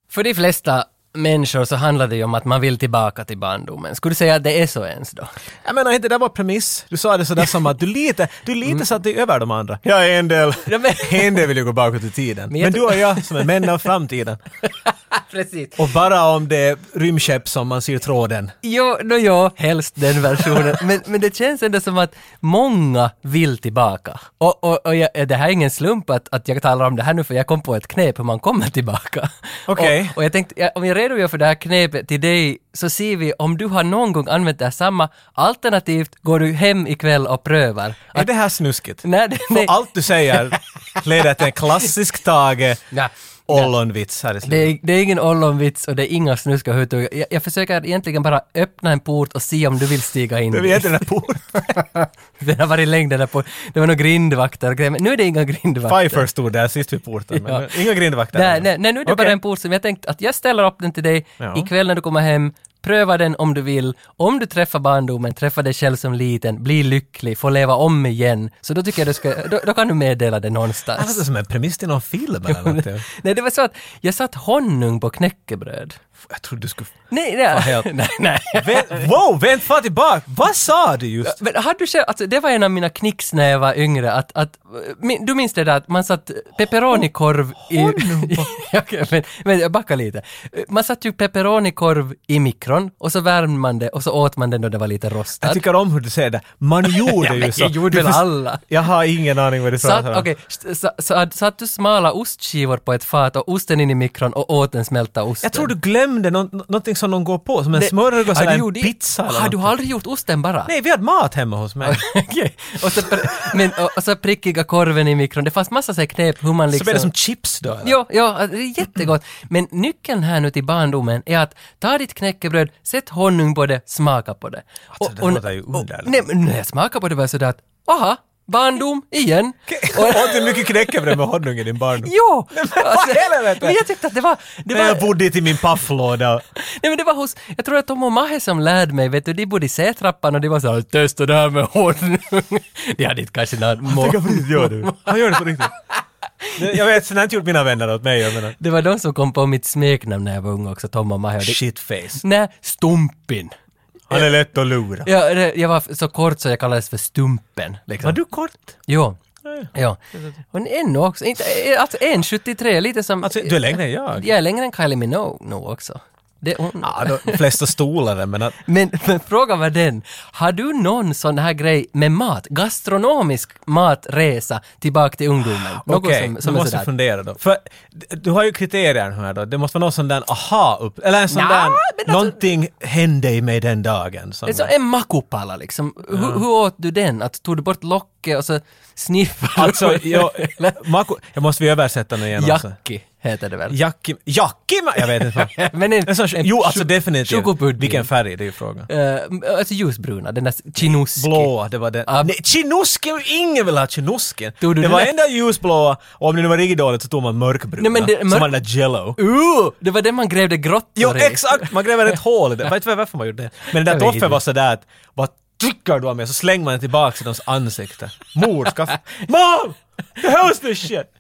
För de flesta människor så handlar det ju om att man vill tillbaka till barndomen. Skulle du säga att det är så ens då? Jag menar inte, det var premiss. Du sa det sådär som att du lite satt dig över de andra. Jag är en del vill ju gå bakåt i tiden. Men du och jag som är män av framtiden. Precis. Och bara om det är rymdskepp som man ser tråden. Jo, helst den versionen. men det känns ändå som att många vill tillbaka. Och det här är ingen slump att jag talar om det här nu, för jag kom på ett knep hur man kommer tillbaka. Okej. Och jag tänkte, om jag redogör för det här knepet till dig, så ser vi om du har någon gång använt det här samma, alternativt går du hem ikväll och prövar. Är det här snuskigt? Nej. För allt du säger leder till en klassisk Tage ollonvits här i slutet. Det är ingen ollonvits och det är inga snuska huvud. Jag försöker egentligen bara öppna en port och se om du vill stiga in. Du vet den här porten. Den har varit längden där på. Det var några grindvakter. Men nu är det inga grindvakter. Pfeiffer stod där sist vid porten. Men inga grindvakter. Nej, nu är det bara en port som jag tänkt att jag ställer upp den till dig ikväll när du kommer hem. Pröva den om du vill. Om du träffar barndomen, träffar dig själv som liten, bli lycklig, få leva om igen. Så då tycker jag då kan du meddela det någonstans. Alltså som en premiss till någon film eller något. Nej, det var så att jag satt honung på knäckebröd. Jag trodde du skulle... Nej. Vänt far tillbaka. Vad sa du just? Men har du själv, alltså, det var en av mina knicks när jag var yngre, att du minns det där att man satt pepperonikorv men jag backar lite. Man satt ju pepperonikorv i mikron och så värmde man det och så åt man den då det var lite rostat. Jag tycker om hur du säger det. Man gjorde ju så. Jag gjorde väl alla. Jag har ingen aning vad du pratar om. Okej, satt du smala ostskivor på ett fat och osten in i mikron och åt den smälta osten. Jag tror du glömde någonting som de går på, som en smörgås eller en pizza. Har du aldrig gjort osten bara? Nej, vi hade mat hemma hos mig. Okej. Och så prickiga korven i mikron. Det fanns massa knep hur man liksom... Så blir det som chips då? Ja, det är jättegott. Men nyckeln här nu till barndomen är att ta ditt knäckebröd, sätt honung på det, smaka på det. Alltså, det låter ju underligt. Nej, men när jag smakade på det var sådär att, aha, barndom igen. Åt du mycket knäckebröd med honung i din barndom? Jo! Men jag tyckte att det var... Jag bodde i min pafflåda. Nej, men det var hos... Jag tror att Tom och Mahe som lärde mig, vet du, de bodde i C-trappan och de var så här, testa det här med honung. De hade inte kanske någon... Han gör det på riktigt. Jag vet, så har inte gjort mina vänner åt mig. Jag menar. Det var de som kom på mitt smeknamn när jag var ung också, Tom och Mahe. Shitface. Nej, Stumpin. Han är lätt att lura. Ja, jag var så kort så jag kallades för Stumpen. Liksom. Var du kort? Jo. Ja. Och ännu också. Alltså 1,73, lite som... Alltså, du är längre än jag. Jag är längre än Kylie Minogue också. De flesta stolar men... Men frågan var den, har du någon sån här grej med mat, gastronomisk matresa tillbaka till ungdomen? Okej, du måste fundera då. För du har ju kriterier här då. Det måste vara någon sån där eller en sån där, någonting hände i mig den dagen. Så en makupala liksom. Hur åt du den? Att tog du bort locket och så sniffade alltså, jag måste vi översätta den igen. Jacki heter det väl? Jacki, jag vet inte. Men alltså definitivt. Vilken färg, det är ju frågan. Alltså ljusbruna, den där chinuski. Blå, det var den. Nej, chinuski, ingen vill ha chinuski. Det var enda ljusblåa, och om det nu var riktigt dåligt så tog man mörkbruna. Som var den där jello. Det var den man grävde grottor i. Jo, exakt, man grävde ett hål i det. Vet du varför man gjorde det? Men den där toffen var sådär att, vad tycker du om mig? Så slänger man den tillbaka till deras ansikte. Mor, Mom! The hell is this shit?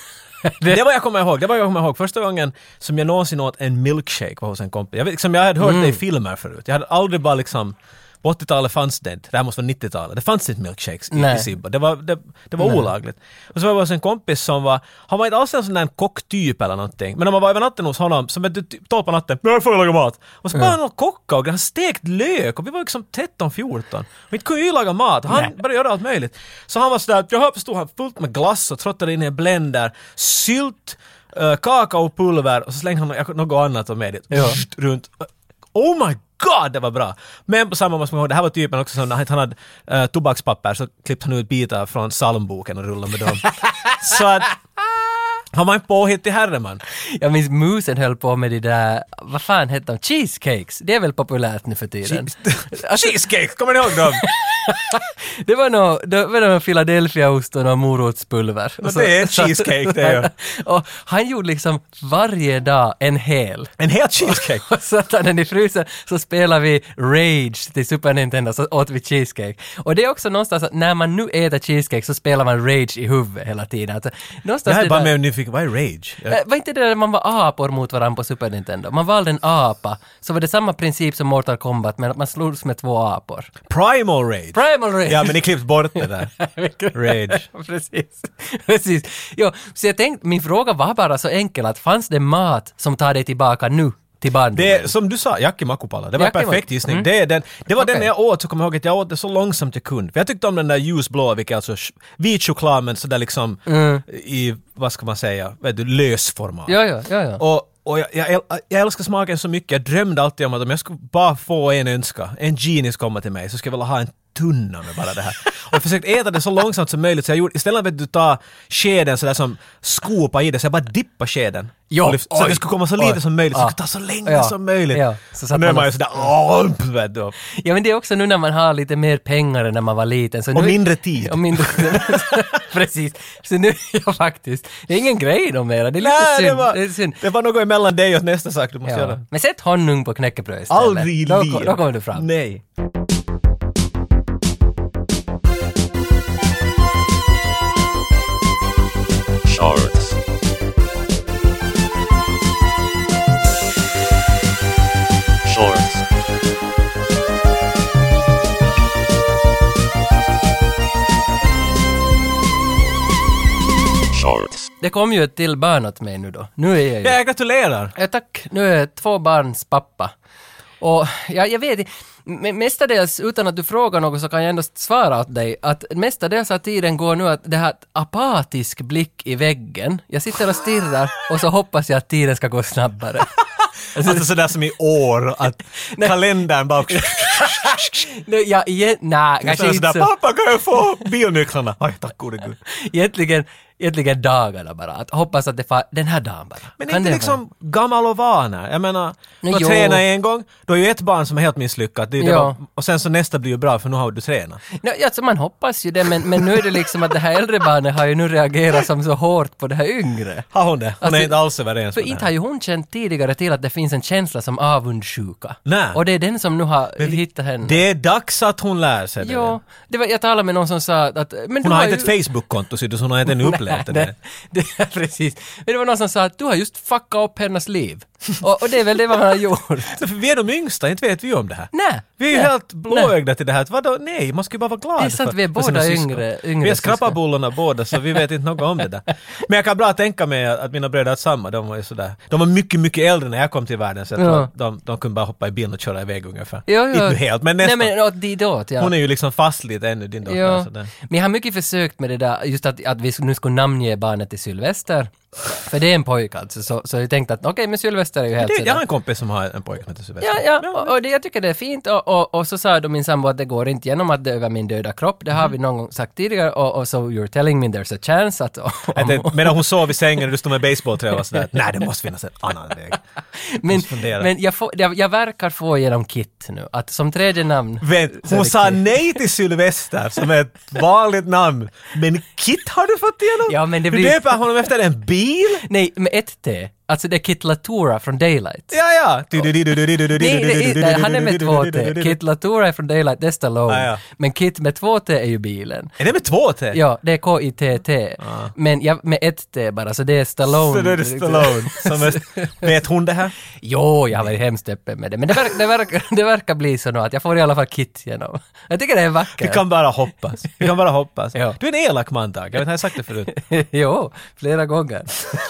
Det var jag kommer ihåg. Första gången som jag någonsin åt en milkshake var hos en kompis. Jag hade hört det i filmer förut. Jag hade aldrig bara liksom... På 80-talet fanns det inte. Det här måste vara 90-talet. Det fanns inte milkshakes i Sibbo. Det var olagligt. Och så var det hos en kompis som var... Han var inte alls en sån där kocktyp eller någonting. Men när man var över natten hos honom så vet du 12 på natten. Nu får jag laga mat. Och så bara han kocka och han stekt lök. Och vi var liksom 13-14. Vi kunde ju laga mat. Han började göra allt möjligt. Så han var sådär... Jag stod här fullt med glass och trottade in i en blender. Sylt, kakaopulver. Och så slängde han något annat och med det. Runt. Oh my God, det var bra. Men på samma måste man ihåg, det här var typen också som han hade tobakspapper, så klippte han ut bitar från psalmboken och rullade med dem. Så att han var en påhittig herreman. Jag minns musen höll på med det där, vad fan heter de? Cheesecakes. Det är väl populärt nu för tiden. Cheesecakes, kommer ni ihåg dem? Det var nog Philadelphia-ost och någon morotspulver. Och det är cheesecake, det är ju. Och han gjorde liksom varje dag en hel cheesecake. Och så satt han den i frysen, så spelade vi Rage till Super Nintendo, så åt vi cheesecake. Och det är också någonstans att när man nu äter cheesecake så spelar man Rage i huvudet hela tiden. Alltså, jag är bara med vad är rage? Var inte det där man var apor mot varandra på Super Nintendo? Man valde en apa, så var det samma princip som Mortal Kombat, men att man slogs med 2 apor. Primal rage! Primal rage! Ja, men ni klippt bort det där. Rage. Precis. Jo, så jag tänkte, min fråga var bara så enkel att fanns det mat som tar dig tillbaka nu? Det som du sa, Jackie Makupala, det var en perfekt gissning. Det var den jag åt, så kommer jag ihåg att jag åt det så långsamt jag kunde. För jag tyckte om den där ljusblå, vilket alltså vit choklad men sådär liksom i, vad ska man säga, lösformat. Ja. Och jag älskar smaken så mycket. Jag drömde alltid om att om jag skulle bara få en önska, en genie ska komma till mig, så skulle jag vilja ha en tunna med bara det här. Och jag försökte äta det så långsamt som möjligt, så jag gjorde, istället för att du tar skeden sådär som skopa i det, så jag bara dippa skeden. Så att det skulle komma så lite som möjligt, så det skulle ta så länge som möjligt. Ja. Och nu är man ju sådär, Ja, men det är också nu när man har lite mer pengar än när man var liten. Så och nu, mindre tid. Och mindre precis. Så nu, faktiskt, det är ingen grej då mera. Det är lite synd. Det var något emellan dig och nästa sak du måste göra. Men sätt honung på knäckebröd istället. Aldrig i livet. Då kommer du fram. Nej. Shorts. Det kom ju ett till barn åt mig nu då. Nu är jag ju... Jag gratulerar! Ja, tack. Nu är jag 2 barns pappa. Och jag vet mestadels, utan att du frågar något så kan jag ändå svara åt dig att mestadels av tiden går nu att det här apatisk blick i väggen. Jag sitter och stirrar och så hoppas jag att tiden ska gå snabbare. Alltså sådär som i år, att kalendern bara... kanske inte så. Pappa, kan jag få bilnycklarna? Aj, tack gode gud. Egentligen dagarna bara. Att hoppas att det får den här dagen bara. Men inte liksom gammal och vana. Jag menar, du tränar en gång, då är ju ett barn som är helt misslyckat. Och sen så nästa blir ju bra för nu har du tränat. Alltså man hoppas ju det, men nu är det liksom att det här äldre barnet har ju nu reagerat som så hårt på det här yngre. Har hon det? Hon är inte alls överens för med det. inte har ju hon känt tidigare till att det finns en känsla som avundsjuka. Nej. Och det är den som nu har hittat henne. Det är dags att hon lär sig det. Ja, jag talade med någon som sa att... Men hon har inte ett Facebook-konto så hon har inte ännu upplevt det. Det är precis. Men det var någon som sa att du har just fuckat upp hennes liv. Och det är väl det man har gjort. För vi är de yngsta, inte vet vi om det här. Nej. Vi är ju helt blåögda till det här. Vadå? Nej, man ska ju bara vara glad. Det är sant, vi är båda yngre. Vi är skrappabullorna båda, så vi vet inte något om det där. Men jag kan bra tänka mig att mina bröder är samma. De var ju sådär. De var mycket, mycket äldre när jag kom till världen, så jag tror att de kunde bara hoppa i bilen och köra iväg ungefär. Inte helt, men nästan. Nej, men ditåt, ja. Hon är ju liksom fastligt ännu, din dotter. Ja. Men jag har mycket försökt med det där, just att vi nu skulle namnge barnet till Sylvester. För det är en pojke alltså, så jag tänkte att okej, men Sylvester är ju helt jag har en kompis som har en pojke som heter Sylvester. Ja, och jag tycker det är fint och så sa då min sambo att det går inte genom att det över min döda kropp, det har vi någon gång sagt tidigare och så you're telling me there's a chance att... Medan hon sov i sängen och du stod med baseballträ och sådär, nej det måste finnas en annan väg. Men jag verkar få igenom Kit nu, att som tredje namn... Hon sa nej till Sylvester som är ett vanligt namn, men Kit har du fått igenom? Ja, men det blir... Du döper honom efter en bil? Nej, med ett T. Alltså det är Kit Latura från Daylight. Ja. Nej, han är med 2 T. Kit Latura är från Daylight, det är Stallone. Ja. Men Kit med 2 T är ju bilen. Är det med 2 T? Ja, det är K-I-T-T. Men med 1 T bara, så det är Stallone. Så det är Stallone. Vet hon det här? Jo, jag har varit hemskt öppen med det. Men det verkar bli så nu att jag får i alla fall Kit genom. Jag tycker det är vackert. Vi kan bara hoppas. Ja. Du är en elak man, Dag. Jag vet, har jag sagt det förut? Jo, flera gånger.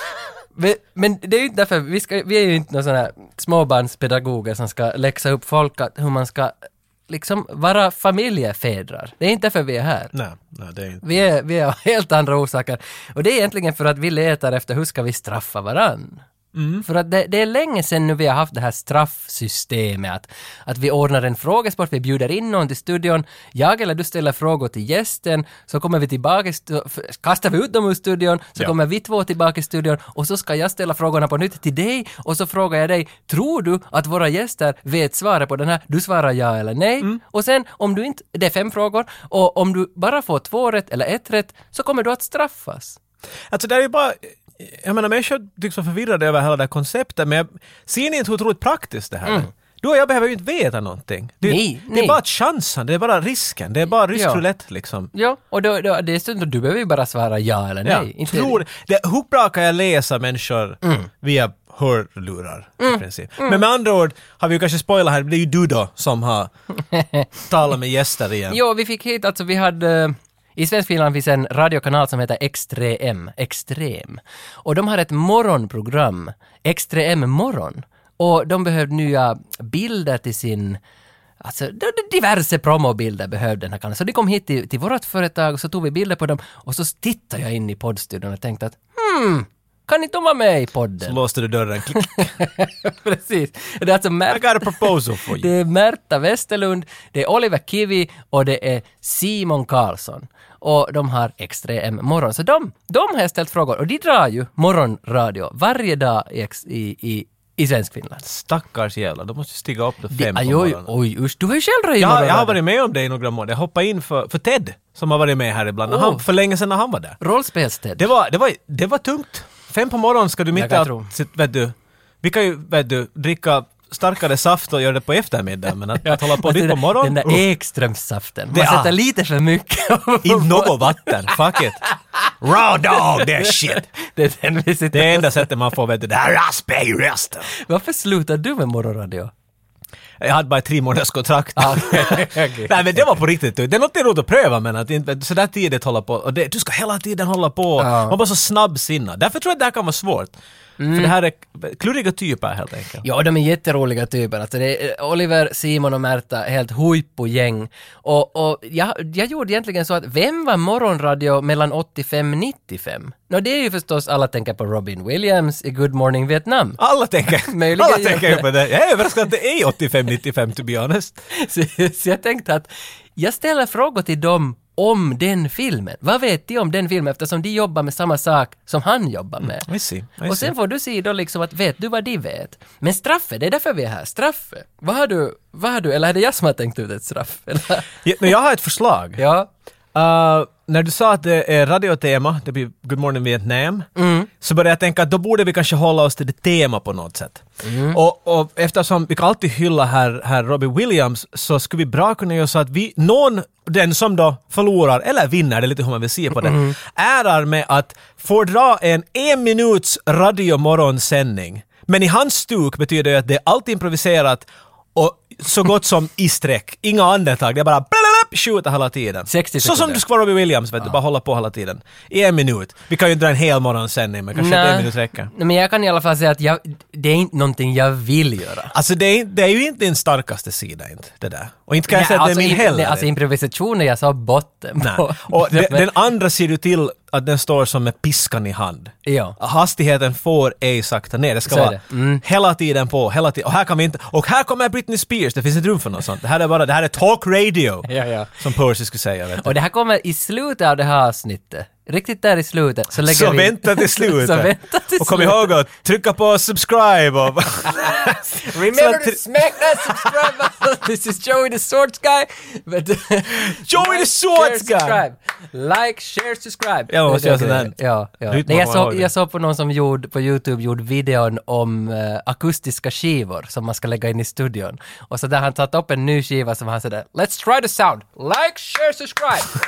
Men det är ju inte därför, vi är ju inte några sådana här småbarnspedagoger som ska läxa upp folk att hur man ska liksom vara familjefädrar. Det är inte därför vi är här. Nej, det är inte. Vi är helt andra orsaker. Och det är egentligen för att vi letar efter hur ska vi straffa varann. För att det är länge sedan nu vi har haft det här straffsystemet att vi ordnar en frågesport, vi bjuder in någon till studion, jag eller du ställer frågor till gästen, så kommer vi tillbaka, kastar vi ut dem ur studion, så kommer vi 2 tillbaka i studion och så ska jag ställa frågorna på nytt till dig och så frågar jag dig, tror du att våra gäster vet svaret på den här? Du svarar ja eller nej. Och sen om du inte, det är 5 frågor och om du bara får 2 rätt eller 1 rätt så kommer du att straffas. Alltså det är ju bara... Jag menar, människor tycks vara förvirrade över hela det här konceptet, men ser ni inte hur otroligt praktiskt det här är? Du och jag behöver ju inte veta någonting. Det är bara chansen, det är bara risken, det är bara rysk roulette liksom. Ja, och då, det är stund du behöver ju bara svara ja eller nej. Ja, hur bra kan jag läsa människor via hörlurar i princip. Men med andra ord har vi ju kanske spoilat här, det är ju du då som har talat med gäster igen. Jo, vi fick hit, alltså vi hade... I Svenskfinland finns en radiokanal som heter Extrem. Och de har ett morgonprogram, Extrem morgon. Och de behövde nya bilder till sin... Alltså diverse promobilder behövde den här kanalen. Så de kom hit till vårt företag och så tog vi bilder på dem. Och så tittade jag in i poddstudion och tänkte att kan inte de vara med i podden? Så låste du dörren, klick. Precis. Det är alltså I got a proposal for you. Det är Märta Westerlund, det är Oliver Kivi och det är Simon Karlsson. Och de har Extrem morgon. Så de har jag ställt frågor. Och de drar ju morgonradio varje dag i Svenskfinland. Stackars jävlar, de måste stiga upp då 5 på morgonen. Oj, du har ju själv dragit jag har varit med om det i några månader. Jag hoppade in för Ted, som har varit med här ibland. För länge sedan när han var där. Rollspels-Ted. Det var tungt. 5 på morgonen ska du mitt vi kan ju dricka starkare saft och göra det på eftermiddag, men att hålla på dit på morgonen. Den där Ekströmssaften. Man sätter lite för mycket. I något vatten, fuck it. Raw dog, that shit. Det är det enda sättet man får det här raspar i resten. Varför slutar du med morgonradio? Jag hade bara 3 månaders kontrakt. Okay. Nej, men det var på riktigt. Det är något roligt att pröva, men att inte så där tidigt hålla på. Och du ska hela tiden hålla på. Man bara så snabbsinnad. Därför tror jag att det här kan vara svårt. För det här är kluriga typer helt enkelt. Ja, de är jätteroliga typer. Alltså det är Oliver, Simon och Märta, helt huippo-gäng. Och jag gjorde egentligen så att vem var morgonradio mellan 85-95? Det är ju förstås, alla tänker på Robin Williams i Good Morning Vietnam. Alla tänker på det. Jag är överraskad att det är 85-95 to be honest. Så jag tänkte att jag ställer frågor till dem om den filmen. Vad vet de om den filmen eftersom de jobbar med samma sak som han jobbar med? I see. Och sen får du se då liksom att vet du vad de vet? Men straffet, det är därför vi är här. Straffet. Vad har du? Eller är det jag som har tänkt ut ett straff? Men jag har ett förslag. Ja. När du sa att det är radiotema, det blir Good Morning Vietnam, så började jag tänka att då borde vi kanske hålla oss till det tema på något sätt. Och eftersom vi kan alltid hylla här Robbie Williams, så skulle vi bra kunna göra så att den som då förlorar eller vinner, det är lite hur man vill se på det, ärar med att få dra en 1 minuts radiomorgonsändning. Men i hans stuk betyder det att det är allt improviserat och så gott som i sträck. Inga andetag, det är bara skjuta hela tiden. 60 så som du ska vara Robbie Williams, vet du, bara hålla på hela tiden. I 1 minut. Vi kan ju dra en hel morgonsändning, men kanske 1 minut räcker. Men jag kan i alla fall säga att det är inte någonting jag vill göra. Alltså det är ju inte din starkaste sida, inte det där. Och inte kan jag säga att det är min heller. Alltså improvisationen, jag sa botten på. Och den andra ser du till att den står som med piskan i hand. Ja. Hastigheten får ej sakta ner. Det ska vara hela tiden på, hela tiden. Och här kan vi inte. Och här kommer Britney Spears. Det finns ett rum för något sånt. Det här är talk radio. Ja. Som Percy skulle säga. Vet du. Och det här kommer i slutet av det här avsnittet. Riktigt där i slutet. Så vänta till slutet. Och kom ihåg att trycka på subscribe. Remember to smack that subscribe button. This is Joey the Swords Guy. Joey the Swords Guy! Like, share, subscribe. Jag måste göra sådär. Ja. Jag såg på någon som på YouTube gjorde videon om akustiska skivor som man ska lägga in i studion. Och så där han tagit upp en ny skiva som han sådär, let's try the sound. Like, share, subscribe.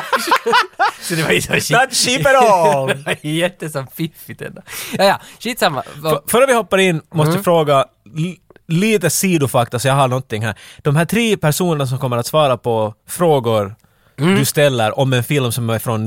Så det var ju så not cheap at all. Jättesom fiffigt ändå. Ja, skitsamma. Före vi hoppar in måste jag fråga lite sidofakta så jag har någonting här. De här 3 personerna som kommer att svara på frågor du ställer om en film som är från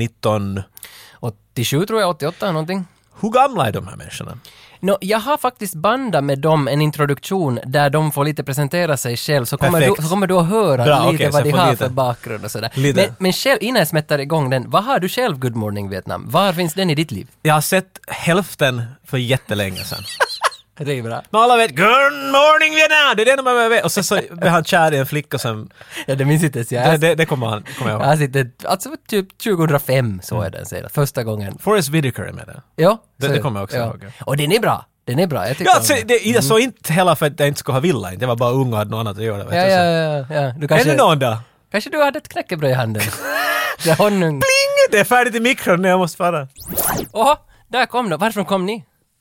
1987 tror jag, 88 någonting. Hur gamla är de här människorna? Jag har faktiskt bandat med dem en introduktion där de får lite presentera sig själv så kommer du att höra lite vad de har för bakgrund och sådär. Men själv, innan jag smättar igång den, vad har du själv Good Morning Vietnam? Var finns den i ditt liv? Jag har sett hälften för jättelänge sedan. Det är bra. Men alla vet, Good Morning Vietnam! Det är det man vet. Och så blev han kär i en flicka som... Ja, det minns inte jag. Det kommer jag ihåg. Jag sitter, alltså typ 2005 så är den sedan. Första gången. Forrest Whitaker är med det. Ja. Det kommer jag också ihåg. Och den är bra. Jag tycker jag såg inte heller för att jag inte skulle ha vilja. Det var bara ung och hade något annat att göra. Ja. Du kanske, är det någon då? Kanske du hade ett knäckebröd i handen. Det är honung. Pling! Det är färdigt i mikron när jag måste fara. Åh, där kom då. Varifrån kom ni?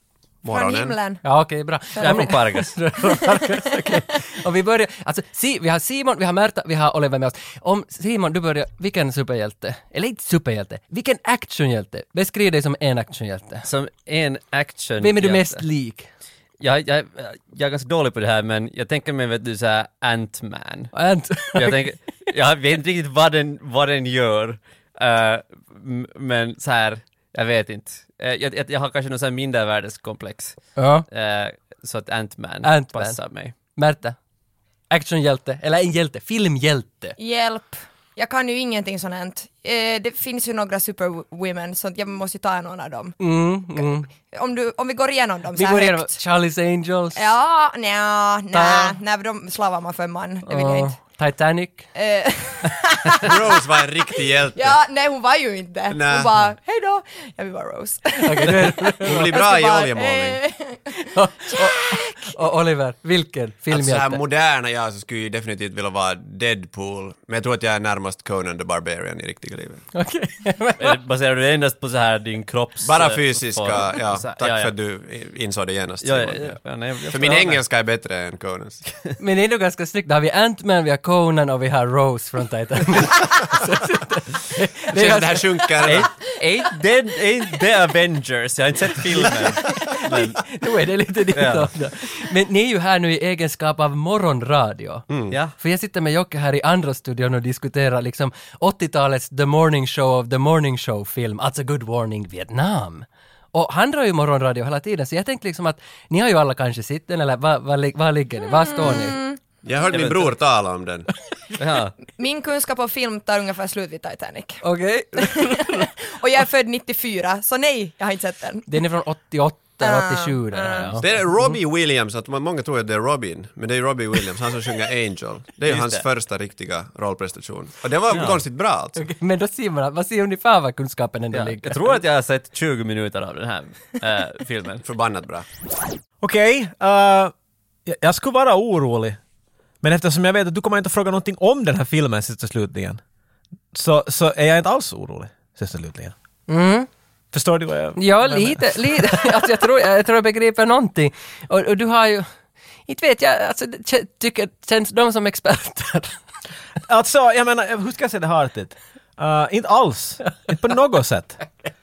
morgonen. Från himlen. Ja, okej, bra. Jag är från Pargas. Okej. Och vi börjar, alltså vi har Simon, vi har Märta, vi har Oliver med oss. Om Simon, du börjar, vilken superhjälte? Eller inte superhjälte, vilken actionhjälte? Beskriv dig som en actionhjälte. Som en actionhjälte. Vem är du mest lik? Jag är ganska dålig på det här, men jag tänker mig, vet du, så här Ant-Man. Jag vet inte riktigt vad den gör, men så här, jag vet inte. Jag har kanske någon sån här mindervärdeskomplex. Ja. Så att Ant-Man passar mig. Märta? Actionhjälte, eller en hjälte, filmhjälte. Hjälp. Jag kan ju ingenting sånt. Det finns ju några superwomen, så jag måste ju ta någon av dem. Om vi går igenom dem så här Vi går högt. igenom Charlie's Angels. Ja, nej, de slavar man för en man. Det vill jag inte. Titanic. Rose var en riktig hjälte. Ja, nej hon var ju inte. Nej. Hon bara, hej då, jag vill vara Rose. Hon blir bra i oljemålning. Och Oliver, vilken Alltså så här filmhjälte? moderna jag så skulle jag definitivt vilja vara Deadpool. Men jag tror att jag är närmast Conan the Barbarian i riktiga livet. Okej. Baserar du det endast på så här din kropps... Bara fysiska, ja. Så här, Tack ja. för att du insåg det genast. Ja, Simon. nej, jag För min engelska är bättre än Conans. Men det är nog ganska snyggt. Då har vi Ant-Man, vi har Conan och vi har Rose från Titanic. Det känns det här sjunker. Ain't the Avengers, jag har inte sett filmen. Men, Nu är det lite ditt Ja. också. Men ni är ju här nu i egenskap av morgonradio. ja. För jag sitter med Jocke här i andra studion och diskuterar liksom 80-talets The Morning Show of The Morning Show-film, alltså Good Morning Vietnam. Och han drar ju morgonradio hela tiden, så jag tänkte liksom att ni har ju alla kanske sett den, eller var ligger ni? Var står ni? Jag hörde min bror tala om den. Ja. Min kunskap om film tar ungefär slut vid Titanic. Okej. Och jag är född 94, så nej, jag har inte sett den. Den är från 88, 87 den här, ja. Det är Robbie Williams, att många tror att det är Robin, men det är Robbie Williams, han som sjunger Angel. Det är ju hans första riktiga rollprestation. Och det var konstigt bra alltså. Okej, men då ser man, vad ser ungefär vad kunskapen ändå ligger? Jag tror att jag har sett 20 minuter av den här filmen. Förbannat bra. Okej, jag skulle vara orolig. Men eftersom jag vet att du kommer inte att fråga någonting om den här filmen sista slutligen, så är jag inte alls orolig sista slutligen. Förstår du vad jag Ja, menar? lite. Alltså jag tror jag begriper någonting. Och du har ju, inte vet jag, alltså tycker, känns de som experter? Alltså, jag menar, hur ska jag säga det här artigt? Inte alls. Inte på något sätt.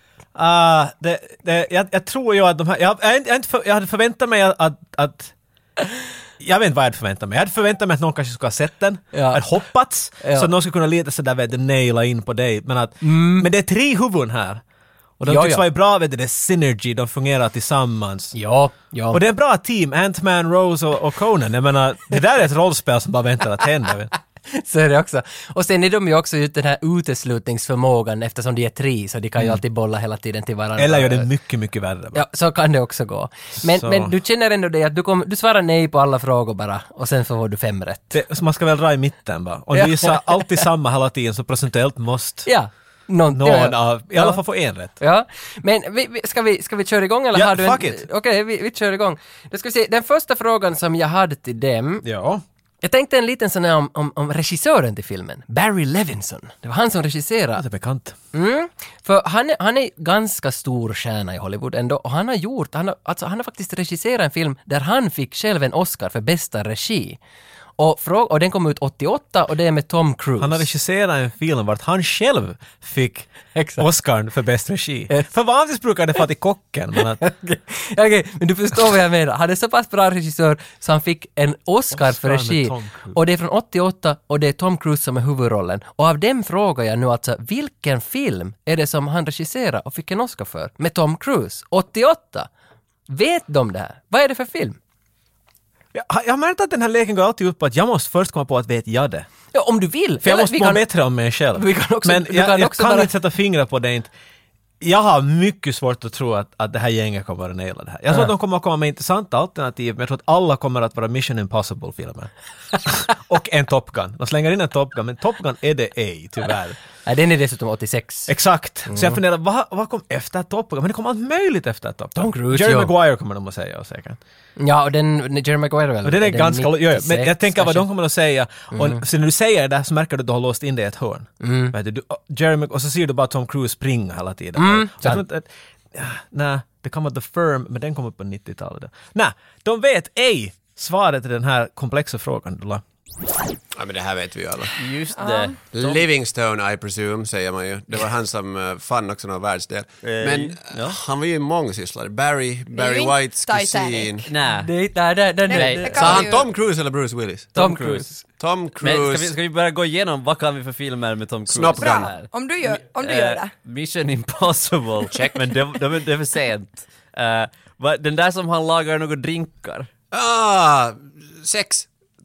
Jag tror ju att de här... Jag hade förväntat mig att jag vet inte vad jag hade förväntat mig. Jag hade förväntat mig att någon kanske skulle ha sett den. Ja. Jag hade hoppats. Ja. Så att någon skulle kunna leta sig där vet du, naila in på dig. Men det är 3 huvuden här. Och de Ja, tycks ja. vara bra, vet du, det är synergy, de fungerar tillsammans. Ja. Och det är ett bra team, Ant-Man, Rose och Conan. Jag menar, det där är ett rollspel som bara väntar att hända. Vet du. Så är det också. Och sen är de ju också ut den här uteslutningsförmågan eftersom de är 3, så de kan ju alltid bolla hela tiden till varandra. Eller gör det mycket, mycket värre. Bara. Ja, så kan det också gå. Men du känner ändå det att du svarar nej på alla frågor bara och sen får du 5 rätt. Så man ska väl dra i mitten bara. Och Ja. du gissar alltid samma hela tiden, så procentuellt måste Ja. någon av, i alla fall få 1 rätt. Ja, men ska vi köra igång eller Ja, har du fuck it. Okej, vi kör igång. Då ska vi se, den första frågan som jag hade till dem, Ja. jag tänkte en liten sån här om regissören till filmen, Barry Levinson. Det var han som regisserade. Det är bekant. För han är ganska stor stjärna i Hollywood ändå, och han har faktiskt regisserat en film där han fick själv en Oscar för bästa regi. Och den kom ut 88 och det är med Tom Cruise. Han har regisserat en film vart han själv fick Exakt. Oscar för bäst regi. För vanligtvis brukar det få till kocken. Men att, Okej, men du förstår vad jag menar. Han är så pass bra regissör så han fick en Oscar för med regi. Tom Cruise. Och det är från 88 och det är Tom Cruise som är huvudrollen. Och av dem frågar jag nu alltså, vilken film är det som han regisserar och fick en Oscar för? Med Tom Cruise, 88. Vet de det här? Vad är det för film? jag har märkt att den här leken går alltid ut på att jag måste först komma på att vet jag det. Ja, om du vill. För jag Eller måste vi må kan- bättre om mig själv. Vi kan också- men du jag kan kan, också bara- inte sätta fingrar på det inte. Jag har mycket svårt att tro att det här gänget kommer att naila det här. Jag tror att de kommer att komma med intressanta alternativ, men jag tror att alla kommer att vara Mission Impossible-filmer. Och en Top Gun. De slänger in en Top Gun, men Top Gun är det ej, tyvärr. Nej, den är dessutom 86. Exakt. Så jag funderar, vad kom efter Top Gun? Men det kom allt möjligt efter Top Gun. Tom Cruise, Jerry ja. Maguire kommer de att säga säkert. Ja, och den Jerry Maguire väl? Och den är ganska... Jo, men 96 jag tänker vad de kanske. kommer att säga. Och så när du säger det så märker du att du har låst in det i ett hörn. Vet du, Jerry Maguire, och så ser du bara Tom Cruise springa hela tiden. Och jag tror inte att, Nej, det kan vara The Firm, men den kom upp på 90-talet. Nej, de vet ej svaret till den här komplexa frågan, Dula. Ja, men det här vet vi ju alla. Just det. Livingstone, I presume, säger man ju. Det var han som fann också någon världsdel. Men han var ju mångsysslare. Barry Whites kusin. Nej. Sa han Tom Cruise eller Bruce Willis? Tom Cruise. Tom Cruise. Men ska vi börja gå igenom vad kan vi för filmer med Tom Cruise? Snopgun. Om du gör det. Mission Impossible. Check. Men det är för sent. Den där som han lagar några drinkar. Sex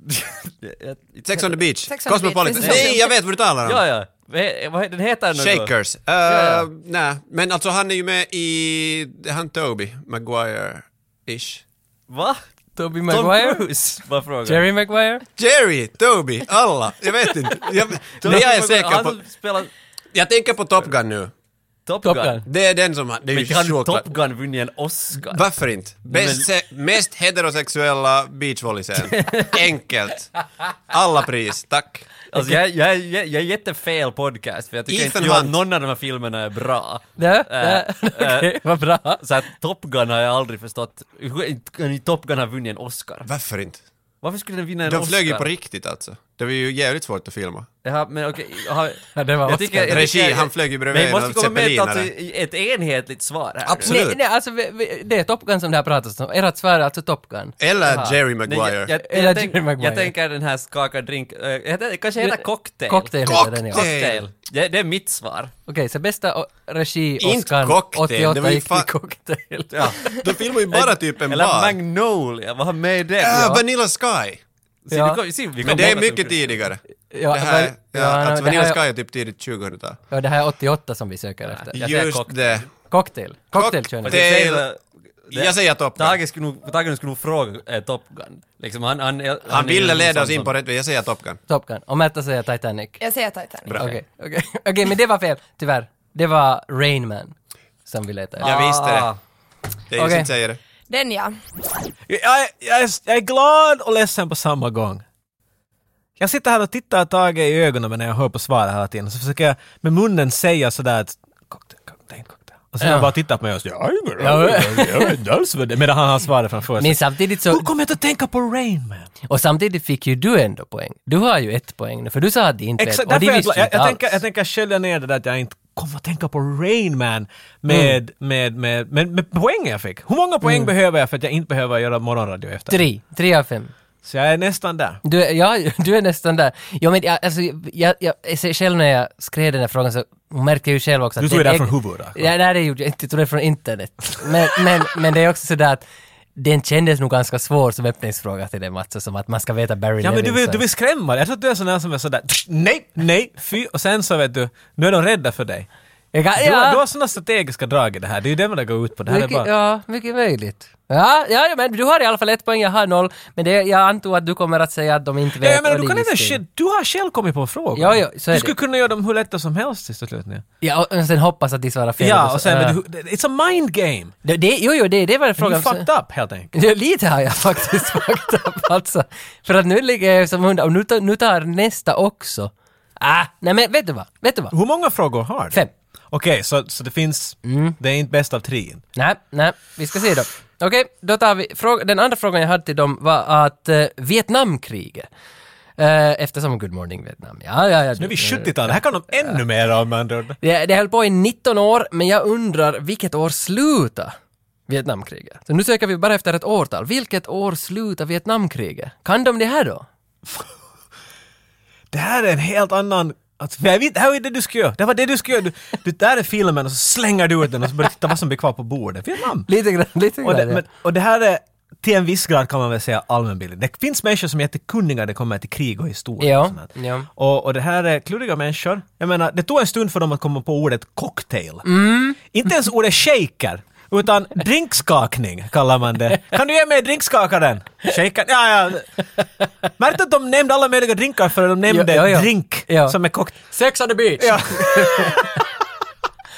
on the Beach. Cosmopolitan. Beach. Nej, jag vet vad du talar om. Ja. Den heter något. Shakers. Nej, men alltså han är ju med i han Toby Maguire-ish. Va? Tobey Maguire? Tom Cruise, var frågan. Jerry Maguire? Jerry, Toby, alla. Jag vet inte. Men jag är säker på... Jag tänker på Top Gun nu. Top Gun. Det är den som... Det är ju kan självklart. Top Gun vunnit en Oscar? Varför inte? Mest heterosexuella beachvolleyscen. Enkelt. Alla pris, tack. Alltså jag är jättefel podcast för jag tycker Ethan inte att Hunt. någon av de här filmerna är bra. Okej, vad bra. Så att Top Gun har jag aldrig förstått. Hur Top Gun har vunnit en Oscar? Varför inte? Varför skulle den vinna en Oscar? De flög ju på riktigt alltså. Det var ju jävligt svårt att filma. Ja, men okej. Det var Regi, han flög ju bredvid men en måste komma med zeppelinare. ett enhetligt svar här. Absolut. Nej, alltså det är Top Gun som det här pratas om. Ert svar är alltså Top Gun. Eller Jerry Maguire. Jerry Maguire. Jag tänker den här skaka drink... kanske heter Cocktail. Cocktail heter den, ja. Cocktail. Det är mitt svar. Okej, så bästa regi Inte Oscar Cocktail, det 88 var ju gick till Cocktail. Ja. De filmar ju bara typ en Eller bar. Magnolia, vad har med det? Vanilla Sky. Men det är mycket tidigare. Ja, Det här, alltså det Vanilla här, Sky är typ tidigt 2000-tal. ja, det här är 88 som vi söker efter. Jag säger Just det. Cocktail. Cocktail kör ni. Jag säger Top Gun. Tage skulle nog fråga Top Gun. Liksom Han ville leda oss in på rätt väg. Jag säger Top Gun. Top Gun. Och Märta säger Titanic. Jag säger Titanic. Bra. Okej, men det var fel, tyvärr. Det var Rain Man som vi letade efter. Jag visste det. Det är ju Okej. inte säger det. Den ja. Jag är glad och ledsen på samma gång. Jag sitter här och tittar Tage i ögonen när jag hör på svaret hela tiden. Så försöker jag med munnen säga sådär att cocktail. Och sen jag bara tittar på mig och säger jag vet inte alls vad det är. Medan han har svaret framför sig. Men samtidigt så... Hur kommer jag att tänka på Rain Man? Och samtidigt fick ju du ändå poäng. Du har ju 1 poäng nu, för du sa att det inte vet. Exakt, Och det visste jag inte alls. tänker skölja ner det där att jag inte kommer att tänka på Rain Man med poäng jag fick. Hur många poäng behöver jag för att jag inte behöver göra morgonradio efter? 3 av 5. Så jag är nästan där. Du är nästan där. Ja, men jag själv när jag skrev den här frågan så märkte jag ju själv också att... Du tog det där från huvudet. Ja, nej, det gjorde jag inte. Jag tog det från internet. Men det är också sådär att den kändes nog ganska svår som öppningsfråga till det, Mats, som att man ska veta Barry Ja, men Levinson. du vill skrämma. Jag tror att du är sån här som är sådär nej, fy. Och sen så vet du, nu är de rädda för dig. Du har såna strategiska drag i det här. Det är ju det man går ut på. Det här är bara... Ja, mycket möjligt. Ja, men du har i alla fall 1 poäng, jag har 0. Men jag antar att du kommer att säga att de inte vet. Ja, men du kan inte du har själv kommit på frågan. Ja, så är du skulle kunna göra dem hur lätta som helst till slut. Ja, och sen hoppas att de svarar fel. Ja, och sen it's a mind game. Det var frågan. Du fucked up helt enkelt. Ja, lite har jag faktiskt fucked up alltså. För att nu ligger jag som 100 och nu tar nästa också. Nej men vet du vad? Hur många frågor har du? 5. Okej, så det finns... Det är inte bäst av 3. Nej, vi ska se då. Okej, då tar vi... Den andra frågan jag hade till dem var att Vietnamkriget. Eftersom Good Morning Vietnam. Ja. Så nu är vi 70-talet. Här kan de ännu mer om andra ord. Det höll på i 19 år, men jag undrar vilket år slutar Vietnamkriget? Så nu söker vi bara efter ett årtal. Vilket år slutar Vietnamkriget? Kan de det här då? Det här är en helt annan... Alltså, jag vet, här är det du ska göra. Det var det du ska göra. Du där är filmen och så slänger du ut den och så börjar titta vad som blir kvar på bordet. Vietnam. Lite grann. Och det här är till en viss grad kan man väl säga allmänbildning. Det finns människor som är jättekunniga när det kommer till krig och historia. Ja. Och det här är kluriga människor. Jag menar, det tog en stund för dem att komma på ordet cocktail. Inte ens ordet shaker. Utan drinkskakning kallar man det. Kan du ge mig drinkskakaren? Shaker? Ja. Märkte att de nämnde alla möjliga drinkar för de nämnde drink som är cocktail. Sex on the beach! Ja.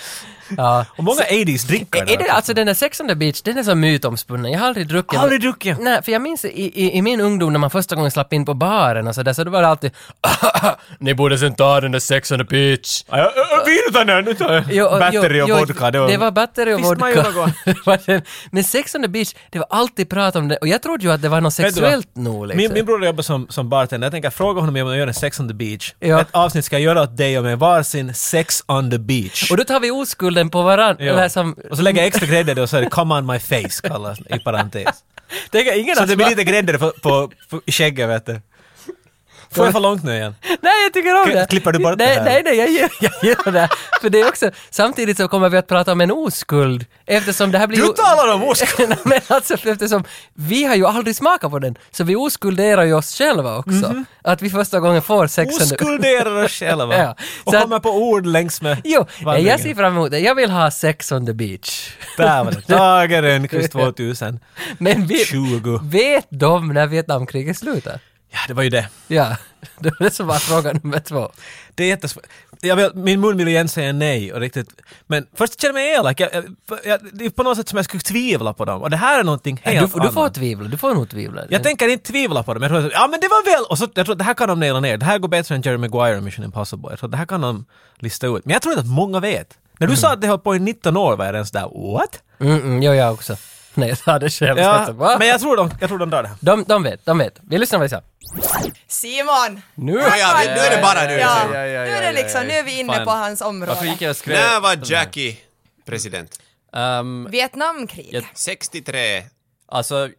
Ja. Och många 80s drinkar Är det alltså den där Sex on the Beach, den är så mytomspunnen. Jag har aldrig druckit. Aldrig druckit? Nej, för jag minns i min ungdom när man första gången slapp in på baren och så där, så det var det alltid ni borde sen ta den där Sex on the Beach. Nu tar jag batteri och vodka. Det var batteri och vodka. Men Sex on the Beach, det var alltid prat om det. Och jag trodde ju att det var något sexuellt nog. Liksom. Min bror jobbar som bartender. Jag tänker fråga honom om jag gör en Sex on the Beach. Ja. Ett avsnitt ska jag göra åt dig och med varsin Sex on the Beach. Och då tar vi oskulden på varandra. Ja. Och så lägger jag extra grädde och så är det come on my face kallas i parentes. Så det blir lite grädde på skägget, vet du. Får jag för långt nu igen? Nej, jag tycker om det. Klipper du bort det här? Nej, jag gör det. För det är också, samtidigt så kommer vi att prata om en oskuld. Eftersom det här blir Du talar om oskuld! Men alltså, eftersom vi har ju aldrig smakat på den. Så vi oskulderar ju oss själva också. Att vi första gången får sexen. Oskulderar oss själva. Ja. Och så kommer på ord längs med jag ser fram emot det. Jag vill ha Sex on the Beach. Där var det. Tage Rönnqvist 2000. Men vet de när Vietnamkriget slutar? Ja, det var ju det. Ja, det är så var fråga nummer 2. Det är jättesvårt. Min mun vill igen säga nej och riktigt. Men först känner jag mig elak. Det är på något sätt som jag skulle tvivla på dem. Och det här är någonting helt annat. Du får nog tvivla. Jag tänker inte tvivla på dem. Jag tror att, men det var väl... Och så, jag tror att det här kan de naila ner. Det här går bättre än Jerry Maguire och Mission Impossible. Jag tror att det här kan de lista ut. Men jag tror inte att många vet. När du sa att det höll på i 19 år var jag ens där. What? Jag också. Nej, jag sa det själv. Ja, men jag tror de drar det. De vet. Vi lyssnar vad jag sa. Simon! Nu är det bara du. Ja. Nu är det liksom, nu är vi inne på hans område. När var Jackie president? Vietnamkrig. 63. Alltså,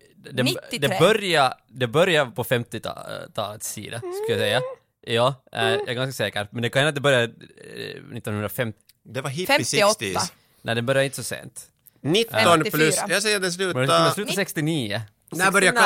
det börjar på 50-talets sida, skulle jag säga. Ja, jag är ganska säker. Men det kan hända att det började 1950. Det var hippie 60s. Nej, det började inte så sent. 19 plus, jag säger det slutar 69. När började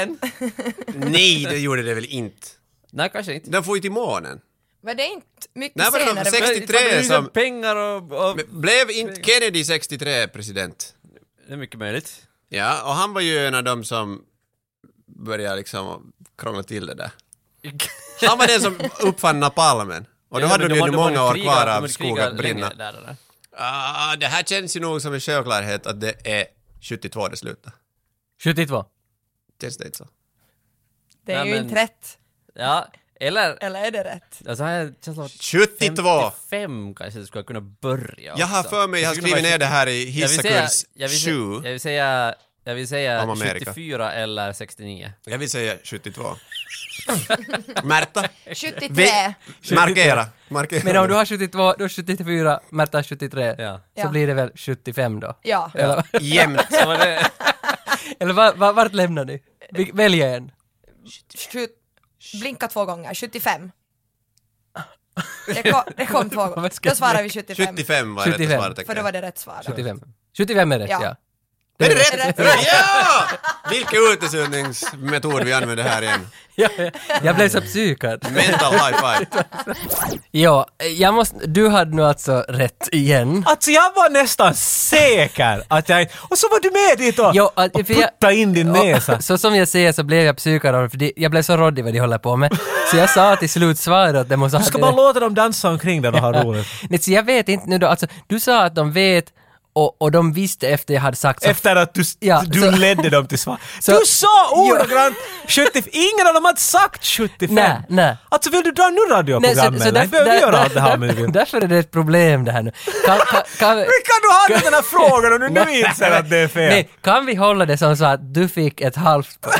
Nej, det gjorde det väl inte. Nej, kanske inte. Den får ju till månen. Men det är inte mycket Nej, senare. Men 63 som... pengar och... Blev inte Kennedy 63 president? Det är mycket möjligt. Ja, och han var ju en av dem som började liksom krångla till det där. Han var den som uppfann napalmen. Och då hade de ju många år kvar av skog att brinna. Det här känns ju nog som en självklarhet att det är 72 det slutar. 72? Känns det inte så? Det är ju inte rätt. Ja, eller är det rätt? Alltså här känns det 72! 55 kanske det skulle kunna börja också. Jag har för mig, jag har skrivit ner det här i Hissakurs 7. Jag vill säga 74 eller 69. Jag vill säga 72. Märta? 73. Markera. Men om du har 72, då 74, Märta 73. Ja. Så blir det väl 75 då? Ja. Jämnt. Eller vart lämnar ni? Välj en. Blinka 2 gånger. 75. Det kom 2 gånger. Då svarar vi 75. 75 var rätt svar. För då var det rätt svar. 75 är rätt, ja. Det är rätt! Ja! Vilken uteslutningsmetod vi använder här igen. Jag blev så psykad. Mental high five. Ja, du hade nu alltså rätt igen. Alltså jag var nästan säker att och så var du med dit och putta in din näsa. Så som jag säger så blev jag psykad av, för jag blev så råddig vad de håller på med. Så jag sa till slut svaret att det måste... Du ska bara låta dem dansa omkring där och ha roligt. Nej, så jag vet inte nu då, alltså du sa att de vet och de visste efter jag hade sagt så. Efter att du ledde dem till svar. Du sa ordagrant 75. Ingen av dem hade sagt 75. Nej. Alltså vill du dra nu radioprogrammet? Nej, därför behöver vi göra allt det här med. Därför är det ett problem det här nu. Kan du ha den här frågan och nu inser att det är fel? Nej, kan vi hålla det som så att du fick ett halvt poäng?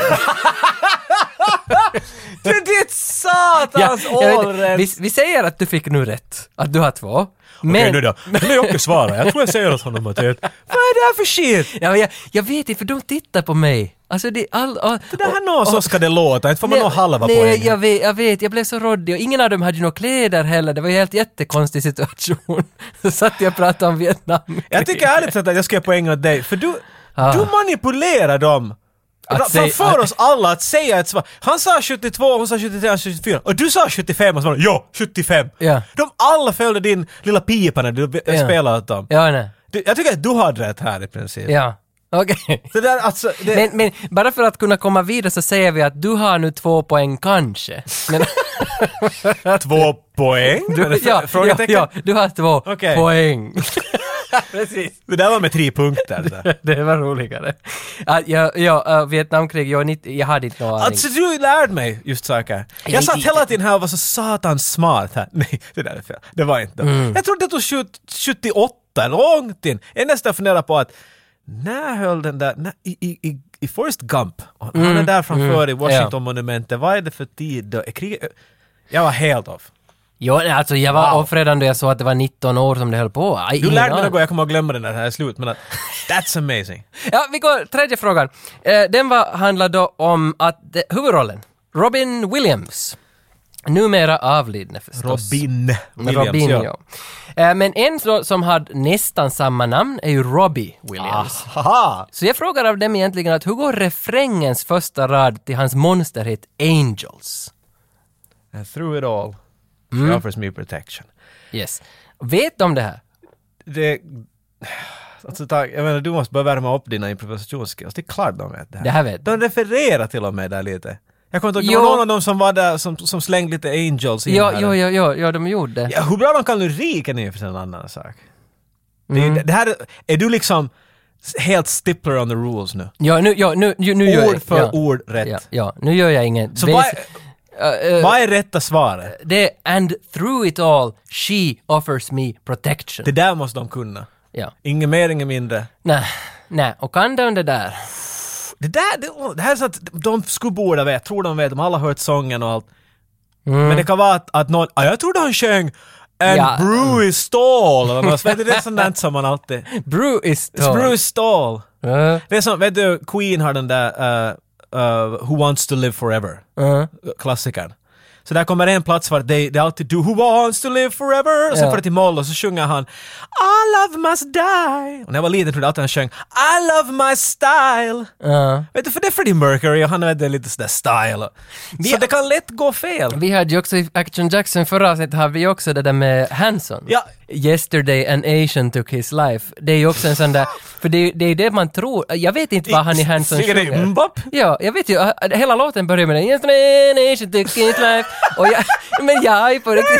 Det är ditt satans året! Vi säger att du fick nu rätt. Att du har 2. Men... Okej, nu då. Nu är jag svara. Jag tror jag säger åt honom att vad är det här för shit? Ja, jag vet inte, för de tittar på mig. Alltså det det här så ska det låta. Inte får man nog halva poäng. Nej, jag vet. Jag blev så råddig. Och ingen av dem hade ju några kläder heller. Det var ju helt jättekonstig situation. Så satt jag och pratade om Vietnam. Jag tycker ärligt att jag ska ge poäng åt dig. För du manipulerar dem. För oss alla att säga ett svar. Han sa 72, hon sa 73, han sa 74. Och du sa 75 och så var det, 75. Ja. De alla följde din lilla pipa när du spelade åt dem. Ja, nej. Jag tycker att du hade rätt här i princip. Ja. Okej. Okay. Alltså, men bara för att kunna komma vidare så säger vi att du har nu 2 poäng kanske. Men 2 poäng? Ja, du har 2 poäng. Precis. Det där var med 3 punkter. Det var roligare. Vietnamkrig, jag hade inte någon aning. Alltså du lärde mig just saker. Jag satt hela tiden här och var så satans smart här. Nej, det där är fel. Det var inte. Jag trodde det tog 78, långt in. Jag nästan funderar på att när höll den där i Forrest Gump. Han är där framför i Washington-monumentet. Vad är det för tid då? Jag var helt off. Jo, alltså jag var off redan då jag såg att det var 19 år som det höll på. Du lärde mig något, jag kommer att glömma den när det här är slut, men that's amazing. Ja, vi går tredje frågan. Den handlade då om att huvudrollen, Robin Williams, numera avlidne förstås. Robin Williams, ja. Men en som hade nästan samma namn är ju Robbie Williams. Aha. Så jag frågar av dem egentligen att hur går refrängens första rad till hans monsterhit Angels? And through it all, she offers me protection. Yes. Vet de det här? Alltså, jag menar, du måste börja värma upp dina improvisationsskills. Det är klart de vet det här. Det här vet de refererar till och med där lite. Jag kommer inte ihåg någon av dem som var där som slängde lite Angels in här. Ja, de gjorde det. Ja, hur bra de kan lyriken är för en annan sak. Det här är du liksom helt stippler on the rules nu. Ja, nu gör ord för ord rätt. Ja, nu gör jag ingen. Så vad är rätta svaret? Det är and through it all she offers me protection. Det där måste de kunna. Ja. Inget mer, inget mindre. Nej, och kan de det där? Det här är så att de skulle borde veta, tror de vet, de har alla hört sången och allt. Men det kan vara att någon, jag trodde han sjöng and brew is stall, eller något, vet du, det är sånt där som man alltid... Brew is stall. Det är som, vet du, Queen har den där Who Wants to Live Forever, klassikern. Så där kommer en plats för att det alltid do Who Wants to Live Forever, och sen får det till moll och så sjunger han I love must die. Och när jag var liten trodde jag alltid han sjöng I love my style. Vet du, för det är Freddie Mercury och han vet lite sådär style. Så det kan lätt gå fel. Vi hade ju också i Action Jackson förra avsnittet har vi också det där med Hanson. Ja. Yesterday an Asian took his life. Det är ju också en sån där, för det är det man tror. Jag vet inte vad han i Hanson sjunger. Ja, jag vet ju, hela låten börjar med det. Yesterday an Asian took his life. Och men jag är på riktigt...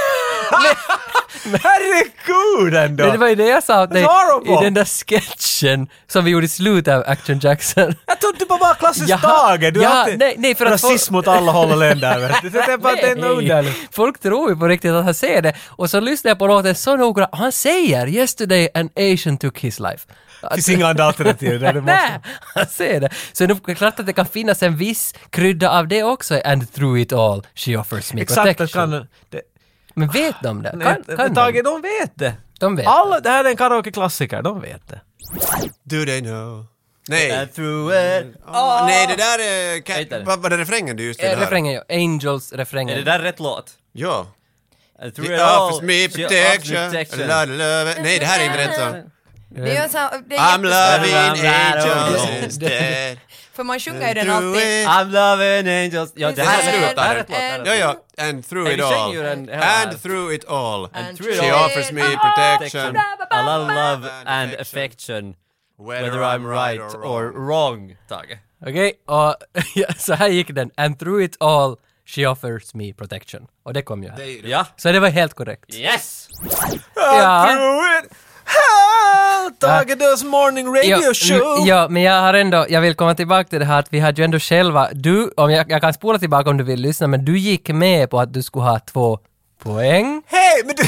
Herregud ändå! Men det var ju det jag sa åt dig i den där sketchen som vi gjorde i slutet av Action Jackson. Jag trodde du bara klassisk dagar. Du nej, för att rasism mot alla håll och länder. Det är bara det underligt. Folk tror ju på riktigt att han säger det. Och så lyssnar jag på låten så noga. Han säger yesterday an Asian took his life. Det finns inga andra alternativ. Nej, han säger det. Så det är klart att det kan finnas en viss krydda av det också. And through it all she offers me protection. Men vet de det? Kan Tage, de vet det. De vet alla, det här är en karaoke-klassiker, de vet det. Do they know? Nej. Through it. Nej, det där är... Vad var det refrängen du just ville höra? Refrängen, ja. Angels refrängen. Är det där rätt låt? Ja. Through it offers me protection. Nej, det här är inte rätt så. Det är så, I'm loving angels instead. För man sjunger ju den alltid. I'm loving angels. Ja, det här är rätt låt. Ja. And through it all. And through it all. She offers me protection. Alla love and affection. Whether I'm right or wrong, Tage. Okej, och så här gick den. And through it all she offers me protection. Och det kom ju här. Ja. Så det var helt korrekt. Yes! Through it! Tage Dös morning radio show! Ja, men jag vill komma tillbaka till det här att vi hade ju ändå själva, om jag kan spola tillbaka om du vill lyssna, men du gick med på att du skulle ha 2 poäng. Hej, men du...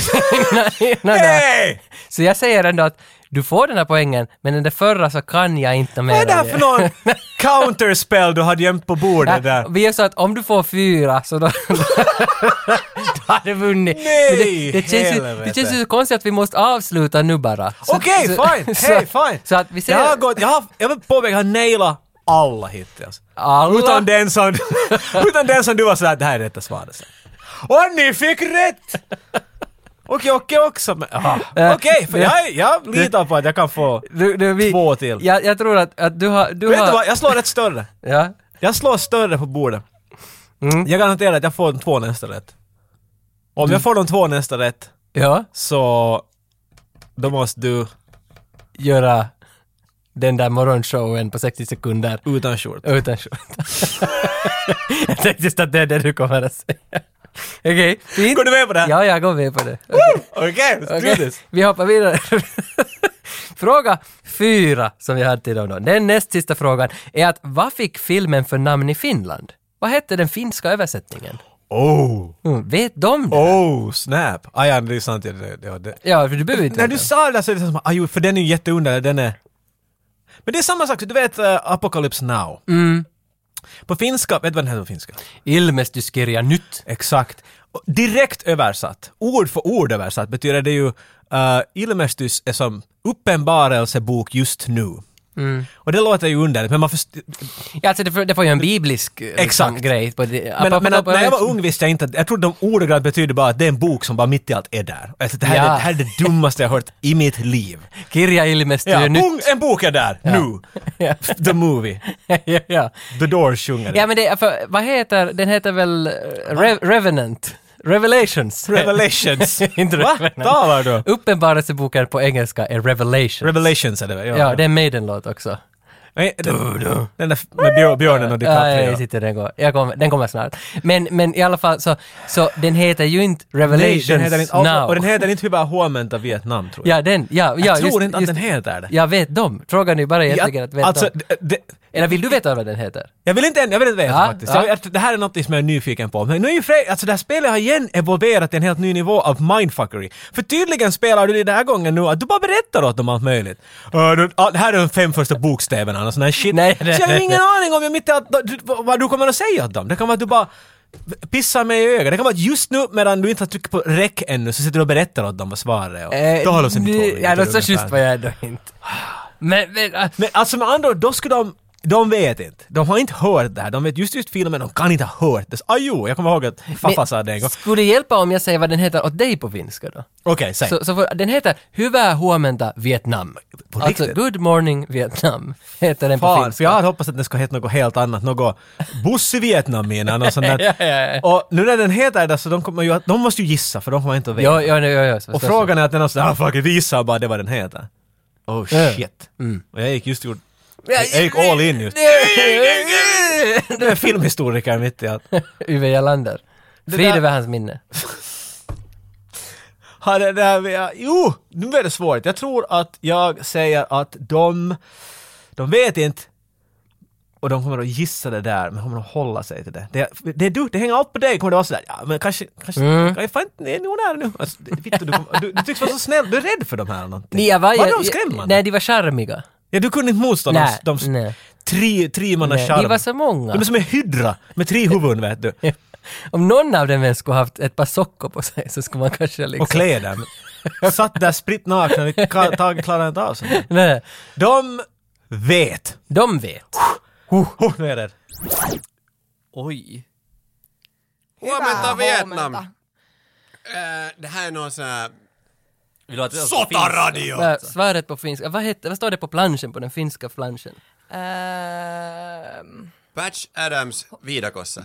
Nej. Så jag säger ändå att du får den här poängen, men den där förra så kan jag inte mer. Vad är det här för någon counterspell du hade gömt på bordet där? Vi är så att om du får 4 så då har du vunnit. Nej, det känns ju så konstigt att vi måste avsluta nu bara. Okej, fine. Hey, fine. Så att vi ser... Jag var på väg att naila alla hittills. Alla? Utan den som du var sådär, det här är rätta svaret. Och ni fick rätt! Okej också. Okej, för jag litar på att jag kan få 2 till. Jag tror att du har... Vet du vad, jag slår ett större. Ja. Jag slår större på bordet. Jag garanterar att jag får 2 nästa rätt. Om jag får de 2 nästa rätt, så då måste du göra den där morgonshowen på 60 sekunder. Utan short. Jag tänkte att det är det du kommer att säga. Okej, fint. Går du med på det? Ja, jag går med på det. Okej, let's do this. Vi hoppar vidare. Fråga 4 som vi hade till dem då. Den näst sista frågan är att vad fick filmen för namn i Finland? Vad hette den finska översättningen? Vet de det? Snap. Ja, det är sant. Ja, för du behöver inte. När du sa det där så är det som, för den är ju jätteunderlig, den är... Men det är samma sak, du vet Apocalypse Now. På finska, vet du vad den heter på finska? Ilmestyskeria nyt. Exakt. Och direkt översatt, ord för ord översatt, betyder det ju ilmestys är som uppenbarelsebok just nu. Och det låter ju underligt, men man Ja, alltså det får ju en biblisk grej. På det. Men när jag var ung visste jag inte att, jag trodde de ordagrant betyder bara att det är en bok som bara mitt i allt är där. Alltså, det här är det dummaste jag har hört i mitt liv. Kirja ilmestyr en bok är där, nu. The movie. The Doors sjunger. Ja, men vad heter, den heter väl Revenant? Revelations. Va? Talar du? Uppenbarelseboken på engelska är Revelations. Revelations är det väl? Ja, det är en Maiden-låt också. Den där med björnen och DiCaprio. Den kommer snart. Men i alla fall så den heter ju inte Revelations Now. Och den heter inte hur bara Håmenta Vietnam, tror jag. Jag tror inte att den heter det. Jag vet dem. Frågan är bara egentligen att veta dem. Eller vill du veta vad den heter? Jag vill inte veta faktiskt. Det här är något som jag är nyfiken på. Men nu är ju det här spelet har igen evolverat till en helt ny nivå av mindfuckery. För tydligen spelar du det den här gången nu att du bara berättar åt dem allt möjligt. Det här är de 5 första bokstäverna och sån här shit. Nej, så jag har ingen aning om vad du kommer att säga åt dem. Det kan vara att du bara pissar mig i ögat. Det kan vara att just nu medan du inte har tryckt på räck ännu så sitter du och berättar åt dem vad svaret är. Då håller de inte på. Ja, det är så schysst vad jag ändå inte. Men alltså med andra ord, då skulle de vet inte. De har inte hört det här. De vet just filmen, de kan inte ha hört det. Jag kommer ihåg att Faffa sa det en gång. Skulle det hjälpa om jag säger vad den heter åt dig på finska då? Okej, säg. Så den heter Hyvää huomenta Vietnam. Alltså Good Morning Vietnam heter den på finska. För jag hade hoppats att den ska heta något helt annat. Något Buss i Vietnam innan och sånt där. Ja. Och nu när den heter det så de måste ju gissa för de kommer inte att veta. Ja. Och frågan är att den har fuck it, visa bara det vad den heter. Oh shit. Och jag gick just jag gick all in just. Det är filmhistoriker mitt i allt. Uwe Jalander. Frid över hans minne. Jo, nu är det svårt. Jag tror att jag säger att de vet inte och de kommer att gissa det där, men de kommer att hålla sig till det. Det hänger allt på dig, kommer det vara sådär. Ja, men kanske jag fan inte är någon här nu. Alltså, du tycks vara så snäll. Du är rädd för de här någonting. Var de skrämmande? Nej, de var charmiga. Ja, du kunde inte motstå de tre manna charm. De var så många. De är som en hydra med 3 huvuden, vet du. Om någon av dem skulle haft ett par sockor på sig så skulle man kanske liksom... Och kläder. Satt där spritt nakna, vi klarar inte av sånt. Nej. De vet. Nu är det. Oj. Huomenta Vietnam. Det här är någon sån här... Sotaradio! Svaret på finska. Vad står det på planschen, på den finska planschen? Patch Adams Vidakossa.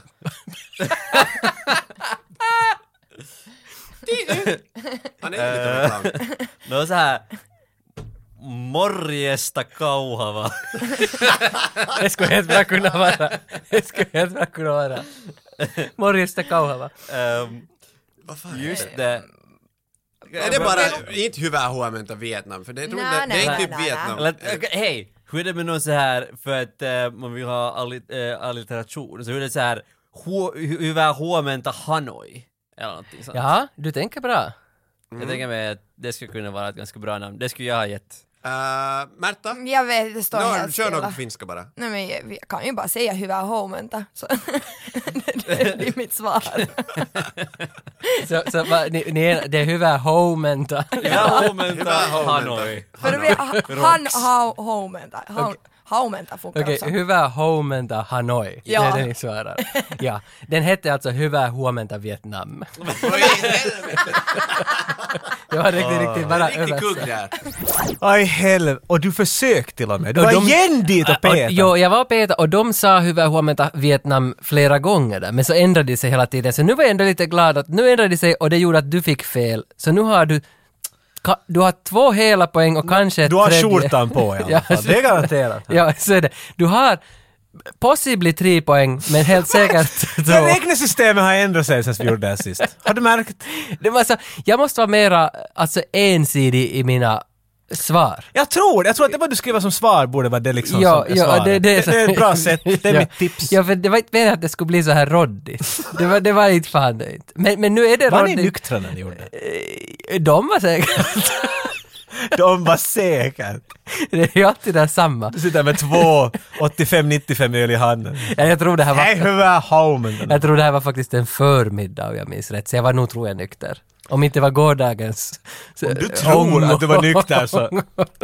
Han är lite reklam. Nå så här... Morjesta kauhava. Det skulle helt bra kunna vara. Morjesta kauhava. Just det. Är det bara inte hyvää huomenta Vietnam? För det är inte typ Vietnam. Hej, hur är det med någon så här, för att man vill ha allitteration, så hur är det så här, hyvää huomenta Hanoi? Eller någonting sånt. Ja, du tänker bra. Jag tänker mig att det skulle kunna vara ett ganska bra namn. Det skulle jag ha gett. Märta? Jag vet, det står helt stilla. Kör något finska bara. Nej, men jag kan ju bara säga hyvää huomenta. Så det är mitt svar. så det är hyvää huomenta. Ja, huomenta Hanoi. För huomenta. Huomenta funkar också. Hyvää huomenta Hanoi. Ja. Det är det ni svarar. Ja, den hette alltså hyvää huomenta Vietnam. Det var riktigt bara riktigt kugg där. Aj helvete, och du försökte till och med. Du var igen dit och peta. Jo, jag var och peta och de sa hyvää huomenta Vietnam flera gånger där, men så ändrade det sig hela tiden. Så nu var jag ändå lite glad att nu ändrade det sig och det gjorde att du fick fel. Så nu har du har 2 hela poäng och kanske ett du har tredje. skjortan på i alla fall. Det är garanterat. Ja, så är det. Du har possibly 3 poäng, men helt säkert 2. Det räknesystemet har ändrat sig sen vi gjorde det sist. Har du märkt? Det var så, jag måste vara mera ensidig i mina svar. Jag tror att det vad du skriver som svar borde vara det liksom ja, som svaret. Det är ett bra sätt. Det är mitt tips. Ja, för det var inte meningen att det skulle bli så här roddigt. Det var inte fan det inte. Men nu är det roddigt. Var ni nyktra när ni gjorde det? De var säkert. De var säkert. Det är ju alltid det samma. Du sitter med 2,85-95 öl i handen. Ja, jag tror det här var... Jag tror det här var faktiskt en förmiddag om jag minns rätt. Så jag var nog, tror jag, nykter. Om inte var gårdagens... Om du tror att du var nykter så...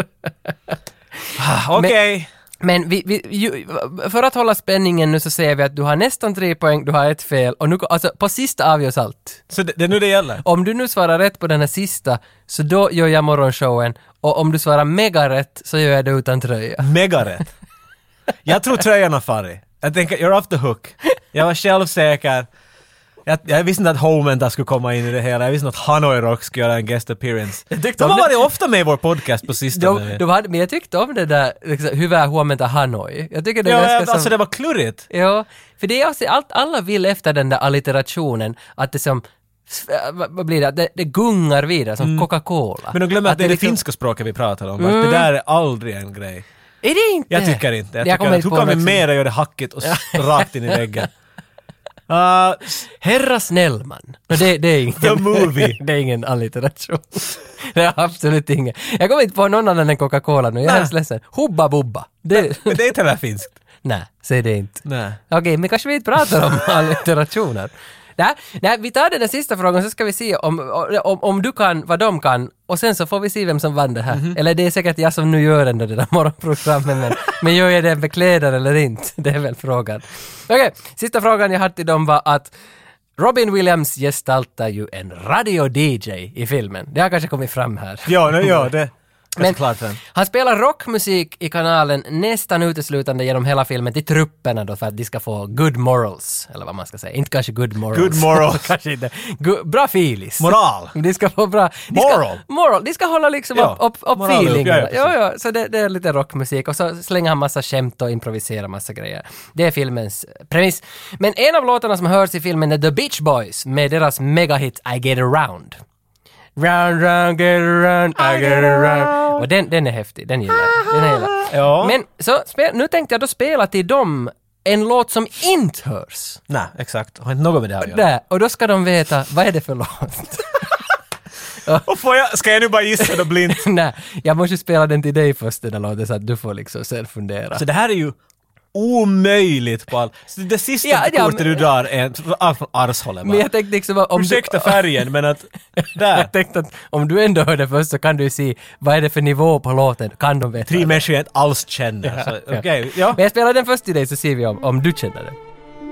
Okej. Men för att hålla spänningen nu så säger vi att du har nästan 3 poäng, du har ett fel och nu, alltså på sista avgörs allt. Så det är nu det gäller? Om du nu svarar rätt på den här sista så då gör jag morgonshowen och om du svarar mega rätt så gör jag det utan tröja. Mega rätt? Jag tror tröjan har farit. Jag tänker, you're off the hook. Jag var självsäker. Jag visste inte att Homenta skulle komma in i det hela. Jag visste inte att Hanoi Rock skulle göra en guest appearance. De har varit ofta med i vår podcast på sistone. Men jag tyckte om det där, liksom, hur är Homenta Hanoi? Jag tycker det är ganska alltså det var klurigt. Ja, för det är också, alla vill efter den där allitterationen att det som vad blir det? Det gungar vidare som Coca-Cola. Men de glömmer att det är det finska språket vi pratar om. Att det där är aldrig en grej. Är det inte? Jag tycker inte. Jag tycker att hur kan vi mera göra det hackigt och rakt in i väggen? Herra Snellman. Det är ingen, The movie. Det är ingen allitteration. Det är absolut ingen. Jag kommer inte på någon annan än Coca-Cola nu. Jag är hemskt ledsen. Hubba Bubba. Men det är inte det finskt. Nej, säg det inte. Nej. Okej, men kanske vi inte pratar om allitterationer. Nej, vi tar den sista frågan så ska vi se om du kan vad de kan och sen så får vi se vem som vann det här. Mm-hmm. Eller det är säkert jag som nu gör ändå det där morgonprogrammet men gör jag det med kläder eller inte? Det är väl frågan. Okej, sista frågan jag hade till dem var att Robin Williams gestaltar ju en radio-DJ i filmen. Det har kanske kommit fram här. Ja, det. Men han spelar rockmusik i kanalen nästan uteslutande genom hela filmen till trupperna då för att de ska få good morals, eller vad man ska säga. Inte kanske good morals. Good morals. Kanske inte. Bra filis. Moral. De ska få bra... Moral. De ska hålla liksom upp feelingen. Ja, så det är lite rockmusik och så slänger han massa skämt och improviserar massa grejer. Det är filmens premiss. Men en av låtarna som hörs i filmen är The Beach Boys med deras megahit I Get Around. Round, round, get around, I get around. Och den är häftig, den gillar jag. Ja. Men så, nu tänkte jag då spela till dem en låt som inte hörs. Nej, exakt. Har inte något med det här att göra. Och då ska de veta, vad är det för låt? Och ska jag nu bara gissa då blint? Nej, jag måste spela den till dig först den där låten så att du får liksom själv fundera. Så det här är ju omöjligt på all... Så det sista kortet du drar är från arshållet bara. Men jag tänkte liksom om ursäkta färgen, men att... Där. Jag tänkte att om du ändå hör det först så kan du se vad är det för nivå på låten. Kan de veta? 3 människor jag inte alls känner. Så, okay, ja. Men jag spelar den först till dig så ser vi om du känner det.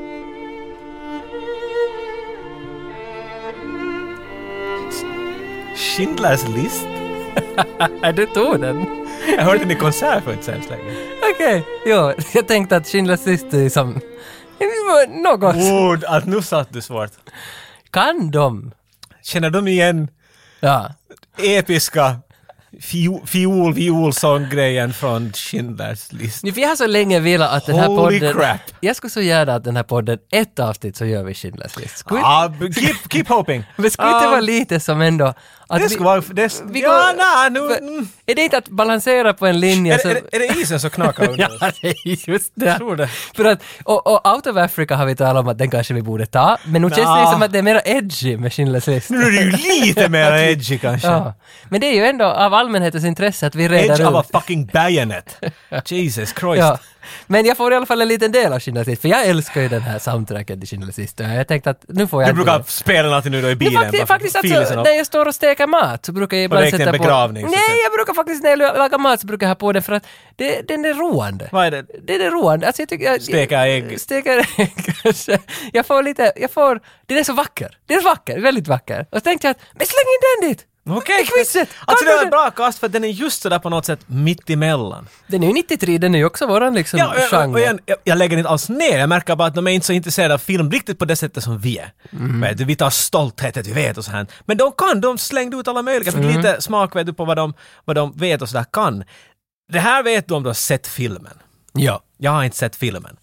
Schindlers list? Du tog den. Jag hörde den i konsert för inte så länge. Okej, jo. Jag tänkte att Schindlers list är som... något. Ord, att nu satt du svårt. Kan de? Känner de igen episka fiol-sång-grejen från Schindlers list? För jag har så länge velat att den här Holy podden... crap! Jag skulle så gärna att den här podden, ett avsnitt så gör vi Schindlers list. Keep hoping. Men skulle inte vara lite som ändå... Att det skulle vara... Är det inte att balansera på en linje? Är det isen som knakar under? Ja, det är just det. Jag tror det. För att, och Out of Africa har vi talat om att den kanske vi borde ta, men nu känns det som att det är mer edgy med Schindlers list. Nu är det ju lite mer edgy kanske. Ja. Men det är ju ändå av allmänhetens intresse att vi redar Edge ut. of a fucking bayonet. Jesus Christ. Ja. Men jag får i alla fall en liten del av Schindlers list, för jag älskar ju den här soundtracken till Schindlers list. Jag tänkte att nu får jag... Du brukar spela något nu då i bilen. Ja, faktiskt alltså, när jag står och steker mat så brukar jag ibland sätta på... begravning, Nej, jag brukar faktiskt när jag lagar mat så brukar jag ha på den för att den är roande. Vad är det? Den är roande. Alltså jag tycker... Steka ägg. Steka ägg kanske. Den är så vacker. Den är vacker, väldigt vacker. Och så tänkte jag att, men släng in den dit! Okej. Quizet! Alltså det var en bra kast för att den är just sådär på något sätt mitt emellan. Den är ju 93, den är ju också våran liksom genre. Jag lägger inte alls ner, jag märker bara att de är inte så intresserade av film riktigt på det sättet som vi är. Vi tar stolthet att vi vet och så här. Men de slängde ut alla möjliga, fick lite smak vet du, på vad de vet och sådär kan. Det här vet du om du har sett filmen. Ja. Jag har inte sett filmen.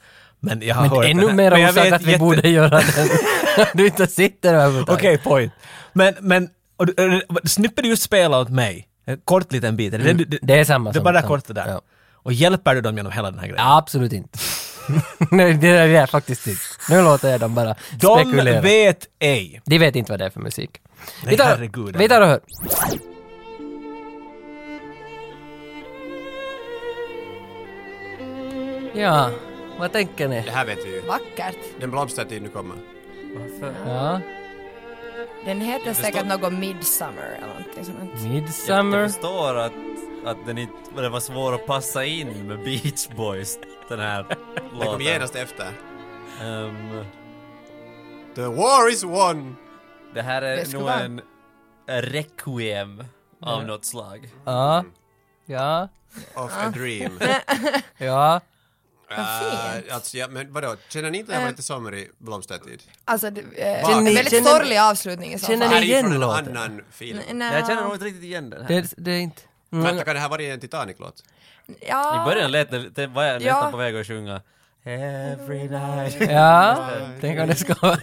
Men jag har hört ännu mer orsak att vi borde göra den. Du inte sitter över. Okej, point. Men snipper du just spela åt mig? En kort liten bit. Det är samma. Det är bara kort det där. Ja. Och hjälper du dem genom hela den här grejen? Ja, absolut inte. Nej, det är faktiskt inte. Nu låter jag dem bara spekulera. De vet ej. De vet inte vad det är för musik. Nej, herregud. Vi tar och hör. Ja, vad tänker ni? Det här vet vi ju. Vackert. Den blomstertid nu kommer. Ja, Den heter säkert något Midsummer eller någonting sånt. Midsummer. Jag förstår att det var svårt att passa in med Beach Boys, den här låten. Den kom genast efter. The war is won! Det här är Det ska nog vara. en requiem av något slag. Ja. Ja. Of a dream. Ja. fint. Alltså, men vadå, känner ni inte det här var lite somrig blomstertid? Alltså, Känner- väldigt sorglig avslutning i så känner fall. ni igen Härifrån en låten? annan film. Jag känner nog inte riktigt igen den här. Det är inte... Vänta, kan det här vara en Titanic-låt? Ja. I början lät det var jag Ja. nästan på väg att sjunga Every night. Ja, tänk om det ska vara...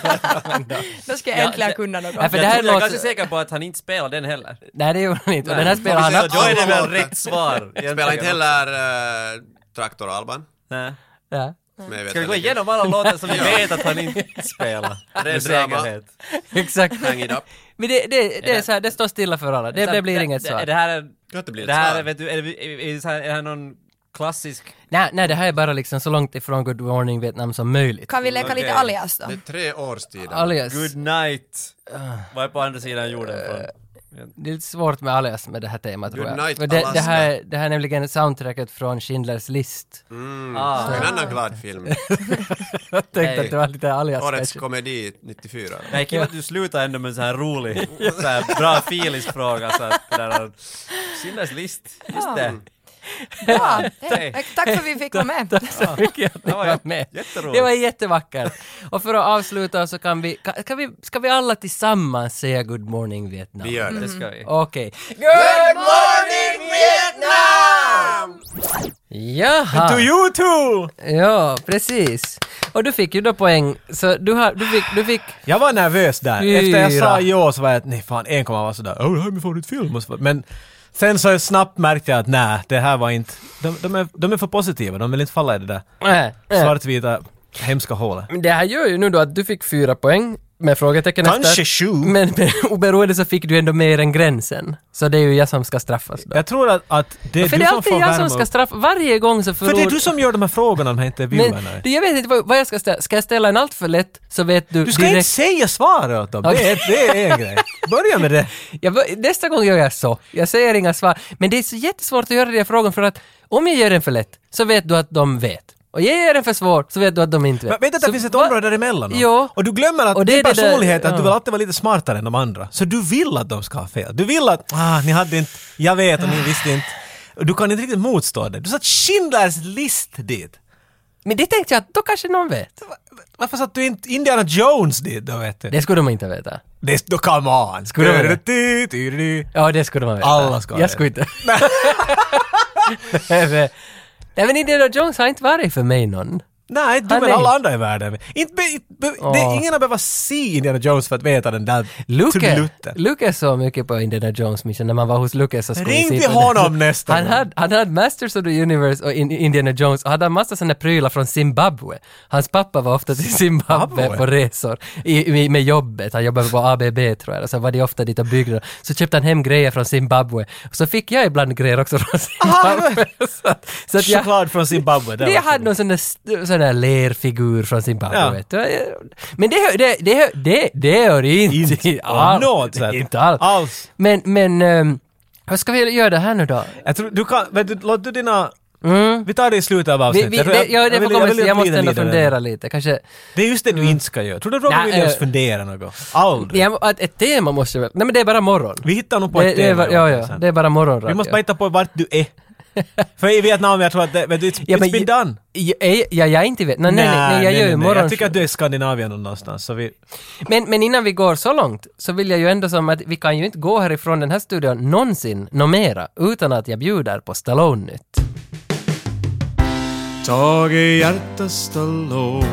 Då ska jag äntligen kunna något. Ja, för det här Jag är låter- ganska säker på att han inte spelar den heller. Nej, det gjorde han inte. Och den här spelar han Då Då är det väl låten. rätt svar. Spelar inte heller Traktor Alban? Nej. Ja, Men jag vet Ska vi gå inte. igenom alla låtar som vi vet att han inte spelar? Med Räddrama. säkerhet. exakt. Hang it up. Men det är så här, det står stilla för alla. Det blir inget svar. Det här är... Kan inte bli ett Det här svar. är, vet du, är det här någon klassisk... Nej, det här är bara liksom så långt ifrån Good Morning Vietnam som möjligt. Kan vi leka lite Okej. alias då? Det är 3 årstider. Alias. Good night. Vad är på andra sidan jorden från? Det är lite svårt med alias med det här temat tror Good jag. night, För det Alaska. här är nämligen soundtracket från Schindler's List. En annan glad film. Jag tänkte att det var lite alias Årets kanske. komedi 94. Nej, kul att du slutar ändå med en så här rolig, så här bra filisfråga så att det där... Schindler's list, just det. Ja, Hej. tack för att vi fick vara med. Tack så mycket att ni var var med. jätteroligt. Det var jättevackert. Och för att avsluta så ska vi alla tillsammans säga Good Morning Vietnam? Vi gör det. Det ska vi. Okej. Good morning Vietnam! Jaha. To you too! Ja, precis. Och du fick ju då poäng. Så du fick Jag var nervös där. 4. Efter jag sa ja så var jag att nej fan, en kommer vara sådär det här är min favoritfilm. Och så, men sen så snabbt märkte jag att nej, det här var inte... De är för positiva, de vill inte falla i det där svartvita hemska hålet. Men det här gör ju nu då att du fick 4 poäng med frågetecken Kanske efter. 7. Men oberoende så fick du ändå mer än gränsen. Så det är ju jag som ska straffas då. Jag tror att det är För du det är som alltid får jag värma som ska upp. straffa. Varje gång så För det är du som gör de här frågorna de här intervjuerna. Men jag vet inte vad jag ska ställa. Ska jag ställa en allt för lätt så vet du Du ska inte säga svaret åt dem. Det är en grej. Börja med det. Nästa gång gör jag så. Jag säger inga svar. Men det är så jättesvårt att göra det i frågan för att om jag gör den för lätt så vet du att de vet. Och jag gör den för svår så vet du att de inte vet. Men vet du att det finns ett område däremellan? Ja. Och du glömmer att Och det är det där- personlighet att ja. du vill alltid vara lite smartare än de andra. Så du vill att de ska ha fel. Du vill att, ni hade inte, jag vet och ni visste inte. Och du kan inte riktigt motstå det. Du satt Schindler's list dit. Men det tänkte jag att då kanske någon vet. Varför satt du inte Indiana Jones dit då vet du? Det skulle de inte veta. Då come on! Skulle de det? det? Ja, det skulle de veta. Alla ska Jag veta. skulle inte. Nej men Indiana Jones har inte varit för mig någon. Nej, du Han men är- alla andra i världen. Ingen har behövt se Indiana Jones för att veta den där trudelutten. Luke så mycket på Indiana Jones mission när man var hos Luke så skulle vi Ring se till på den. honom nästa Han gång. hade Masters of the Universe och Indiana Jones och hade en massa sådana prylar från Zimbabwe. Hans pappa var ofta till Zimbabwe på resor med jobbet. Han jobbade på ABB tror jag. Och så var de ofta dit och byggde. Så köpte han hem grejer från Zimbabwe. Och så fick jag ibland grejer också från Zimbabwe. så att jag, Choklad från Zimbabwe. det jag var hade någon sån där lerfigur från Zimbabwe. Ja. Vet du. Men det hör inte något sätt. Inte alls. Alls. Men vad ska vi göra det här nu då? Jag tror du kan, vet du, låt du dina... Vi tar det i slutet av avsnittet. Jag måste ändå fundera lite. Kanske... Det är just det du inte ska göra. Tror du Roger Nej, vill oss fundera något? Aldrig. Ett tema måste väl... Nej men det är bara morgon. Vi hittar nog på ett tema. Ja, det är bara morgonradio. Vi måste bara hitta på vart du är. För i Vietnam, jag tror att det, vet du, it's been done. Jag inte vet. Nej, jag gör ju morgon. Jag tycker att du är i Skandinavien någonstans. Så vi... Men innan vi går så långt så vill jag ju ändå som att vi kan ju inte gå härifrån den här studion någonsin, mera, utan att jag bjuder på Stallone-nytt. Tage hjärta Stallone.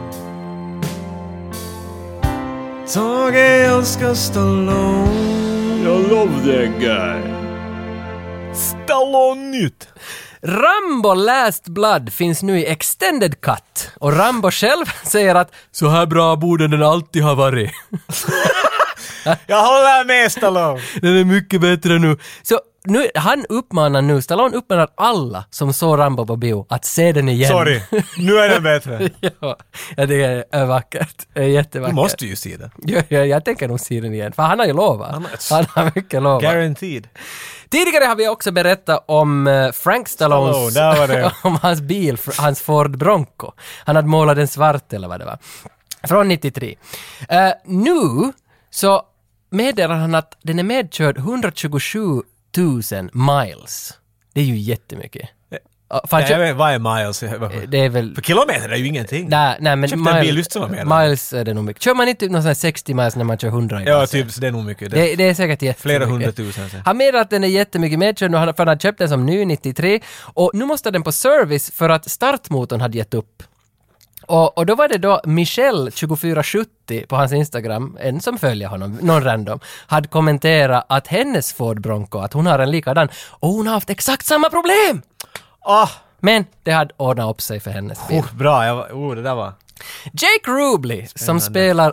Tage älskar Stallone. I love that guy. Stallone-nytt. Rambo Last Blood finns nu i Extended Cut och Rambo själv säger att så här bra borde den alltid ha varit. Jag håller med Stallone. Den är mycket bättre nu. Så nu, Stallone uppmanar alla som såg Rambo på bio att se den igen. Sorry, nu är den bättre. Ja, det är vackert. Det är jättevackert. Du måste ju se den. Ja, jag tänker nog se den igen. För han har ju lovat. Han har mycket lovat. Guaranteed. Tidigare har vi också berättat om Frank Stallones där var det. om hans bil, hans Ford Bronco. Han hade målat den svart eller vad det var. Från 93. Nu så meddelar han att den är medkörd 127 000 miles. Det är ju jättemycket. Jag vet, vad är miles? Det är väl... För kilometer är ju ingenting. Nej, men miles är det nog mycket. Kör man inte typ någon sån här 60 miles när man kör 100? Ja, typ, så det är nog mycket. Det är säkert jättemycket. Flera 100,000. Han meddelar att den är jättemycket medkörd nu, för han har köpt den som ny 93 och nu måste den på service för att startmotorn hade gett upp. Och då var det då Michelle 2470 på hans Instagram, en som följer honom, någon random, hade kommenterat att hennes Ford Bronco, att hon har en likadan och hon har haft exakt samma problem! Men det hade ordnat upp sig för hennes bil. Bra, det där var... Jake Rubley som spelar...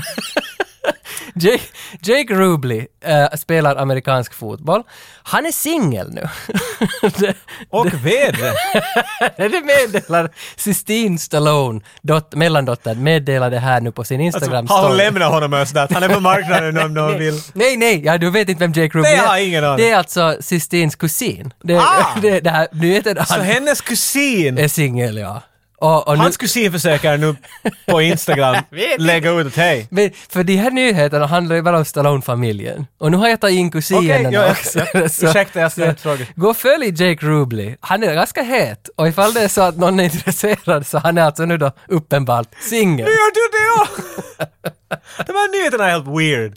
Jake Rubley spelar amerikansk fotboll. Han är singel nu. Och vädre. Det meddelar Sistine Stallone, mellandottern, meddelar det här nu på sin Instagram. Har hon lämnat honom och sådär? Han är på marknaden om någon vill. Nej, ja, du vet inte vem Jake Rubley är. Nej, jag har ingen aning. Det är alltså Sistines kusin. Det här, du vet, så hennes kusin är singel, ja. Och hans kusin försöker nu på Instagram lägga ut hej. För de här nyheterna handlar ju bara om Stallone-familjen. Och nu har jag tagit in kusinen också. Ursäkta, jag ska fråga. Gå och följ Jake Rubley. Han är ganska het. Och ifall det är så att någon är intresserad så han är alltså nu då uppenbart singel. Nu gör du det också! De här nyheterna är helt weird.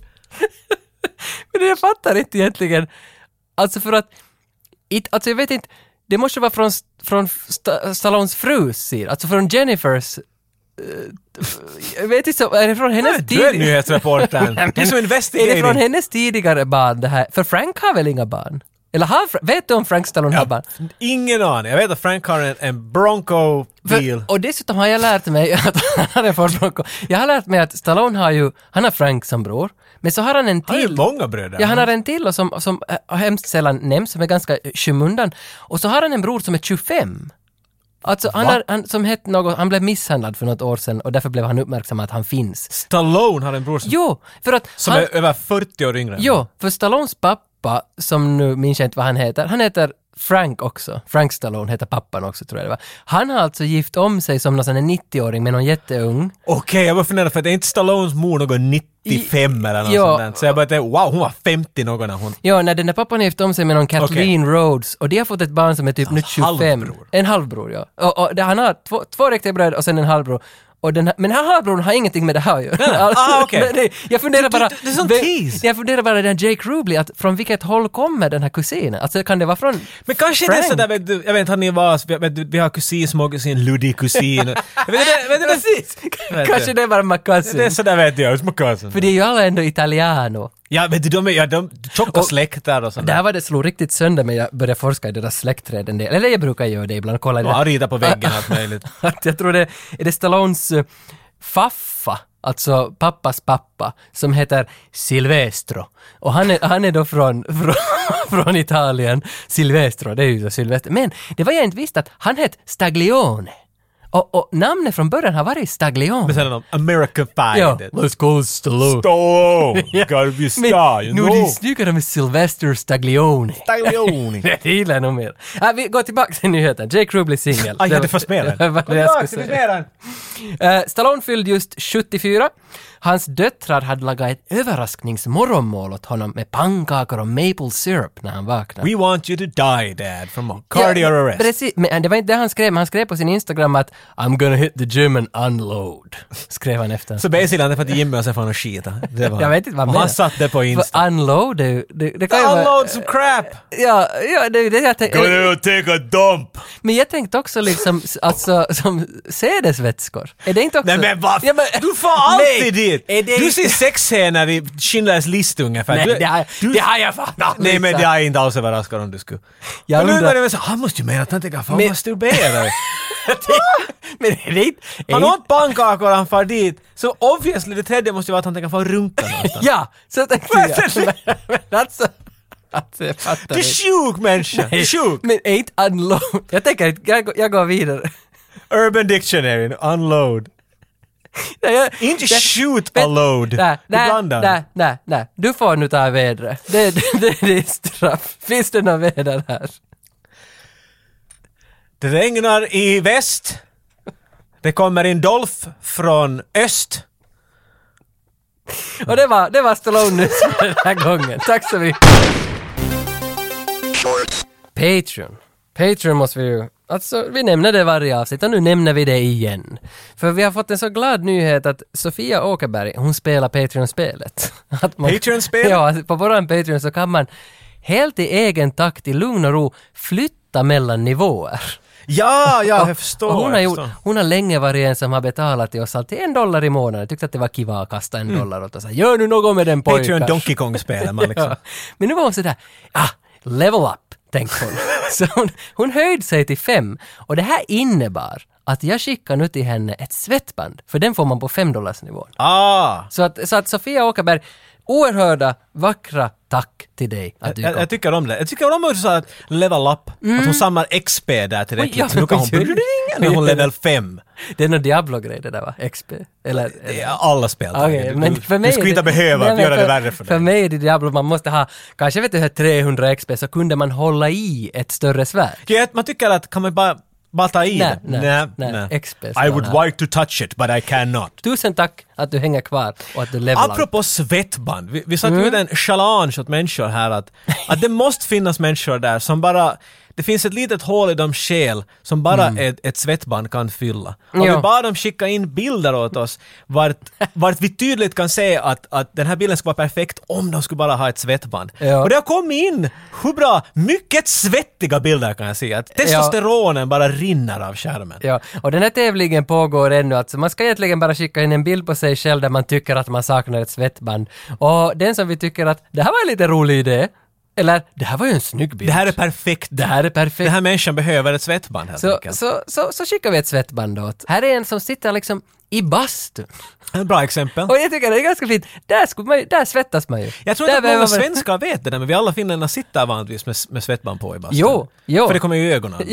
Men jag fattar inte egentligen. Alltså för att... Alltså jag vet inte... Det måste vara från Stallones frus sida, alltså från Jennifers... jag vet inte, är det från hennes tidigare... Du är nyhetsreportern. Det är som investigating. Är det från hennes tidigare barn det här? För Frank har väl inga barn? Eller vet du om Frank Stallone har barn? Ingen aning. Jag vet att Frank har en Bronco-bil. Och dessutom har jag lärt mig att han har en Ford Bronco. Jag har lärt mig att Stallone han har Frank som bror. Men så har han en till. Han har ju många bröder. Ja, han har en till och som hemskt sällan nämns, som är ganska skymundan. Och så har han en bror som är 25. Alltså han blev misshandlad för något år sedan och därför blev han uppmärksam att han finns. Stallone har en bror som är över 40 år yngre. Jo, för Stallones pappa, som nu minns jag inte vad han heter Frank också. Frank Stallone heter pappan också, tror jag det var. Han har alltså gift om sig som någon sån 90-åring med någon jätteung. Okej, jag var funderad för att det är inte Stallones mor någon 95 eller något sånt där. Så jag bara tänkte, wow, hon var 50 någon när hon... Ja, när den där pappan har gift om sig med någon Kathleen Rhodes och de har fått ett barn som är typ nu 25. Halvbror. En halvbror, ja. Och han har två riktiga bröder och sen en halvbror. Och men den här halvbrodern har ingenting med det här att göra. Okej. Jag funderar bara... Det är sån tease. Jag funderar bara den Jake Rubley, att från vilket håll kommer den här kusinen? Alltså kan det vara från Men kanske Frank? Det är sådär, jag vet inte, ni var, vi har kusin, småkusin, luddig kusin. Precis. Kanske det är bara Macassin. Det är sådär vet jag, Macassin. För det är ju alla ändå italiano. Ja, vet du, de tjocka släkter och sånt. Där var det slog riktigt sönder, men jag började forska i deras släktträd en del. Eller jag brukar göra det ibland. Kolla ja, rita på väggen allt möjligt. Jag tror är det Stallones faffa, alltså pappas pappa, som heter Silvestro. Och han är då från Italien. Silvestro, det är ju så Silvestro. Men det var jag inte visst att han hette Staglione. Och namnet från början har varit Staglione. Men sen American-fied. Ja, let's go Stallone. Stallone! Gotta be star, you know. Nu är det snyggare med Sylvester Staglione. Staglione. Det gillar nog mer. Vi går tillbaka till nyheten. Jake Rubley singel. Jag hade fast med den. Stallone fyllde just 74. Hans döttrar hade lagat ett överraskningsmorgonmål åt honom med pannkakor och maple syrup när han vaknade. We want you to die, dad, from a cardiac arrest. Precis, men det var inte det han skrev. Han skrev på sin Instagram att I'm gonna hit the gym and unload. Skrev han efter. Så basically han är för att Jimmy och sen får han skita. Det var, jag vet inte vad han satt det på Insta. För unload, det kan ju vara... Unload some crap! Ja, det är det jag tänkte. Gonna take a dump! Men jag tänkte också liksom, alltså som sädesvätskor. Är det inte också... Nej men vad? Ja, men, du får alltid dit! Är det du inte... ser sexscener i Schindler's list ungefär. Nej, det har jag fan aldrig. Nej men det har inte alls överraskat om du skulle. Jag men nu undrar... var det så, han måste ju mena att han tänker fan masturbera. Men är det inte... Han har pannkakor och han far dit. Så obviously det tredje måste ju vara att han tänker få runka någonstans. Ja, så tänkte jag. Men alltså... jag fattar det är sjuk människa. Sjuk. Men inte unload. Jag tänker att jag går vidare. Urban Dictionary, unload. Nej, inte shoot a load. Nej. Du får nu ta vädret. Det är straff. Finns det någon väder här? Det regnar i väst. Det kommer en Dolph från öst. Och det var Stallone den här gången. Tack så mycket. Patreon måste vi ju... Alltså, vi nämner det varje avsnitt och nu nämner vi det igen. För vi har fått en så glad nyhet att Sofia Åkerberg, hon spelar Patreon-spelet. Patreon-spel? Ja, på våran Patreon så kan man helt i egen takt, i lugn och ro, flytta mellan nivåer. Ja, jag förstår. Och hon har länge varit en som har betalat till oss alltid $1 i månaden. Jag tyckte att det var kiva att kasta $1 åt oss. Gör nu något med den pojkar. Patreon Donkey Kong-spelar man liksom. Ja. Men nu var hon sådär, level up, tänkte hon. Så hon höjde sig till 5. Och det här innebar att jag skickar nu till henne ett svettband. För den får man på $5-nivån. Så att Sofia Åkerberg, oerhörda, vackra tack till dig att du kom. Jag tycker om det. Jag tycker om att level up. Att hon samlar XP där tillräckligt. Så nu kan hon när hon level 5. Det är någon Diablo-grej det där va? XP? Eller? Alla spel. Okay, men för mig du skulle inte behöva göra det värre för dig. För mig är det Diablo, man måste ha, kanske vet du, 300 XP så kunde man hålla i ett större svärd. Ja, man tycker att kan man bara ta i det? Nej. XP I would like to touch it, but I cannot. Tusen tack att du hänger kvar och att du levelar. Apropå svettband, vi satt ut en challenge åt människor här att det måste finnas människor där som bara... Det finns ett litet hål i de själ som bara ett svettband kan fylla. Och vi bad dem skicka in bilder åt oss vart vi tydligt kan se att den här bilden ska vara perfekt om de skulle bara ha ett svettband. Ja. Och det har kommit in, hur bra, mycket svettiga bilder kan jag säga. Att testosteronen bara rinner av skärmen. Ja, och den här tävlingen pågår ännu. Alltså man ska egentligen bara skicka in en bild på sig själv där man tycker att man saknar ett svettband. Och den som vi tycker att det här var en lite rolig idé. Eller, det här var ju en snygg bild. Det här är perfekt. Det här är perfekt. Den här människan behöver ett svettband helt enkelt. Så skickar vi ett svettband åt. Här är en som sitter liksom i bastun. En bra exempel. Och jag tycker det är ganska fint. Där svettas man ju. Jag tror inte att många svenskar vet det där, men vi alla finnarna sitter vanligtvis med svettband på i bastun. Jo. För det kommer ju i ögonen.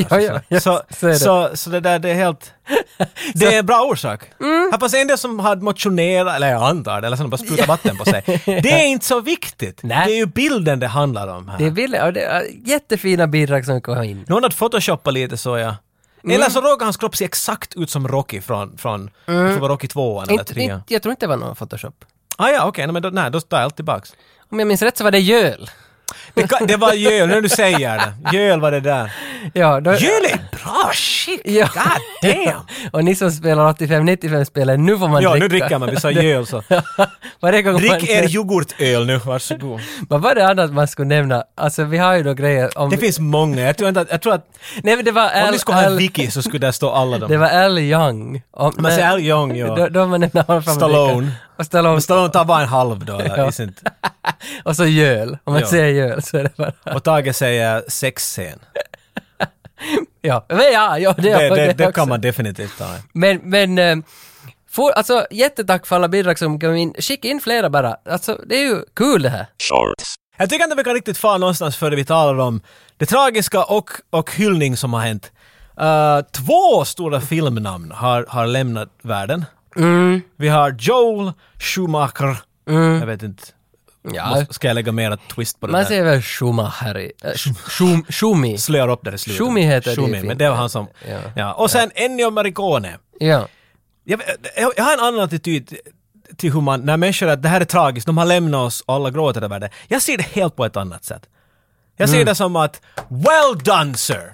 Så det där, det är helt... Det är en bra orsak. Här fanns en del som hade motionerat, eller jag antar det, eller som bara sprutar vatten på sig. Det är inte så viktigt. Nej. Det är ju bilden det handlar om här. Det är bilden, och det är jättefina bidrag som kommer in. Någon hade photoshoppat lite så ja. Eller så råkade hans kropp se exakt ut som Rocky från Rocky 2 eller 3. Jag tror inte det var någon Photoshop. Okej, men då tar jag allt tillbaks. Om jag minns rätt så var det göl. Det var göl, när du säger det. Göl var det där. Ja, göl är bra shit! Ja. God damn! Och ni som spelar 85-95-spel, nu får man dricka. Ja, nu dricker man, vi sa göl så. Drick er yoghurtöl nu, varsågod. Vad var det annat man skulle nämna? Alltså vi har ju då grejer om... Det finns många, jag tror att... Nej, men det var om ni skulle ha en wiki så skulle där stå alla dem. Det var Al Young. Man säger Al Young, ja. Då man nämner honom fram Stallone. Men Stallone tar bara en halv då, eller? Inte. Och så göl. Om man säger göl så är det bara... Och Tage säger sexscen. Det kan man definitivt ta. Men alltså jättetack för alla bidrag som kom in. Skicka in flera bara. Alltså det är ju kul det här. Shorts. Jag tycker inte vi kan riktigt fara någonstans före vi talar om det tragiska och hyllning som har hänt. 2 stora filmnamn har lämnat världen. Vi har Joel Schumacher. Jag vet inte. Ja. Ska jag lägga mer twist på det man där? säger väl Schumacher. Schumi. Slör upp där i slutet. Schumi heter det. Men det var han som... Ja. Och sen Ennio Morricone. Ja. Jag har en annan attityd till hur man... När människor att det här är tragiskt, de har lämnat oss och alla gråter över det. Jag ser det helt på ett annat sätt. Jag ser det som att well done sir.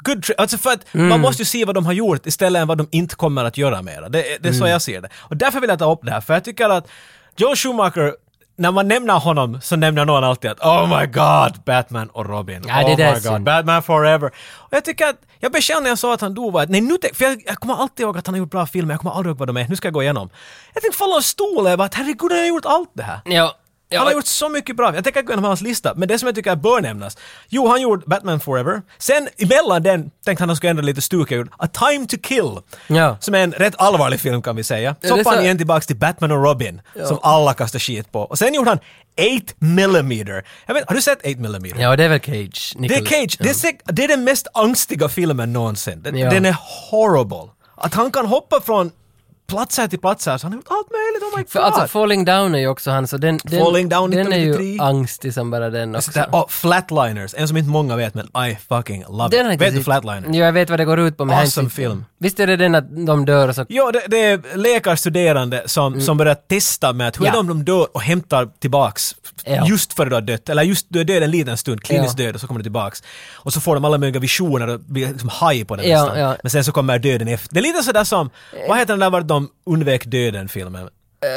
alltså för att man måste ju se vad de har gjort istället än vad de inte kommer att göra mer. Det är så jag ser det. Och därför vill jag ta upp det här, för jag tycker att Joel Schumacher, när man nämner honom så nämner någon alltid att oh my god, Batman och Robin. Ja, oh det my god, Batman forever. Och jag tycker att, jag blev känner när jag sa att han dog var att, nej nu för jag kommer alltid ihåg att han har gjort bra filmer, jag kommer aldrig ihåg vad de är, nu ska jag gå igenom. Jag tänkte falla av stolen, jag bara, herregud, han har gjort allt det här. Ja. Han har gjort så mycket bra. Jag tänker gå igenom hans lista, men det som jag tycker bör nämnas. Jo, han gjorde Batman Forever. Sen emellan den tänkte han skulle ändra lite stuk. A Time to Kill. Ja. Som är en rätt allvarlig film kan vi säga. Så hoppade han igen tillbaka till Batman och Robin. Ja. Som alla kastar skit på. Och sen gjorde han 8mm. Har du sett 8mm? Ja, det är väl Cage. Det är Cage. Ja. Det är den mest angstiga filmen någonsin. Den är horrible. Att han kan hoppa från platser till platser, så han har gjort allt möjligt, oh my god. För alltså Falling Down är ju också han, så den är ju angstig som bara den också. Flatliners, en som inte många vet, men I fucking love it. Vet du Flatliners? Ja, jag vet vad det går ut på med awesome film. Visst är det den att de dör och så? Ja, det är läkarstuderande som börjar testa med att hur är de dör och hämtar tillbaks just för att du har dött, eller just du är död en liten stund, kliniskt död, och så kommer du tillbaks. Och så får de alla möjliga visioner och blir liksom high på den nästan. Ja. Men sen så kommer döden efter. Det är lite sådär som, vad heter den där vart de undvek döden-filmen?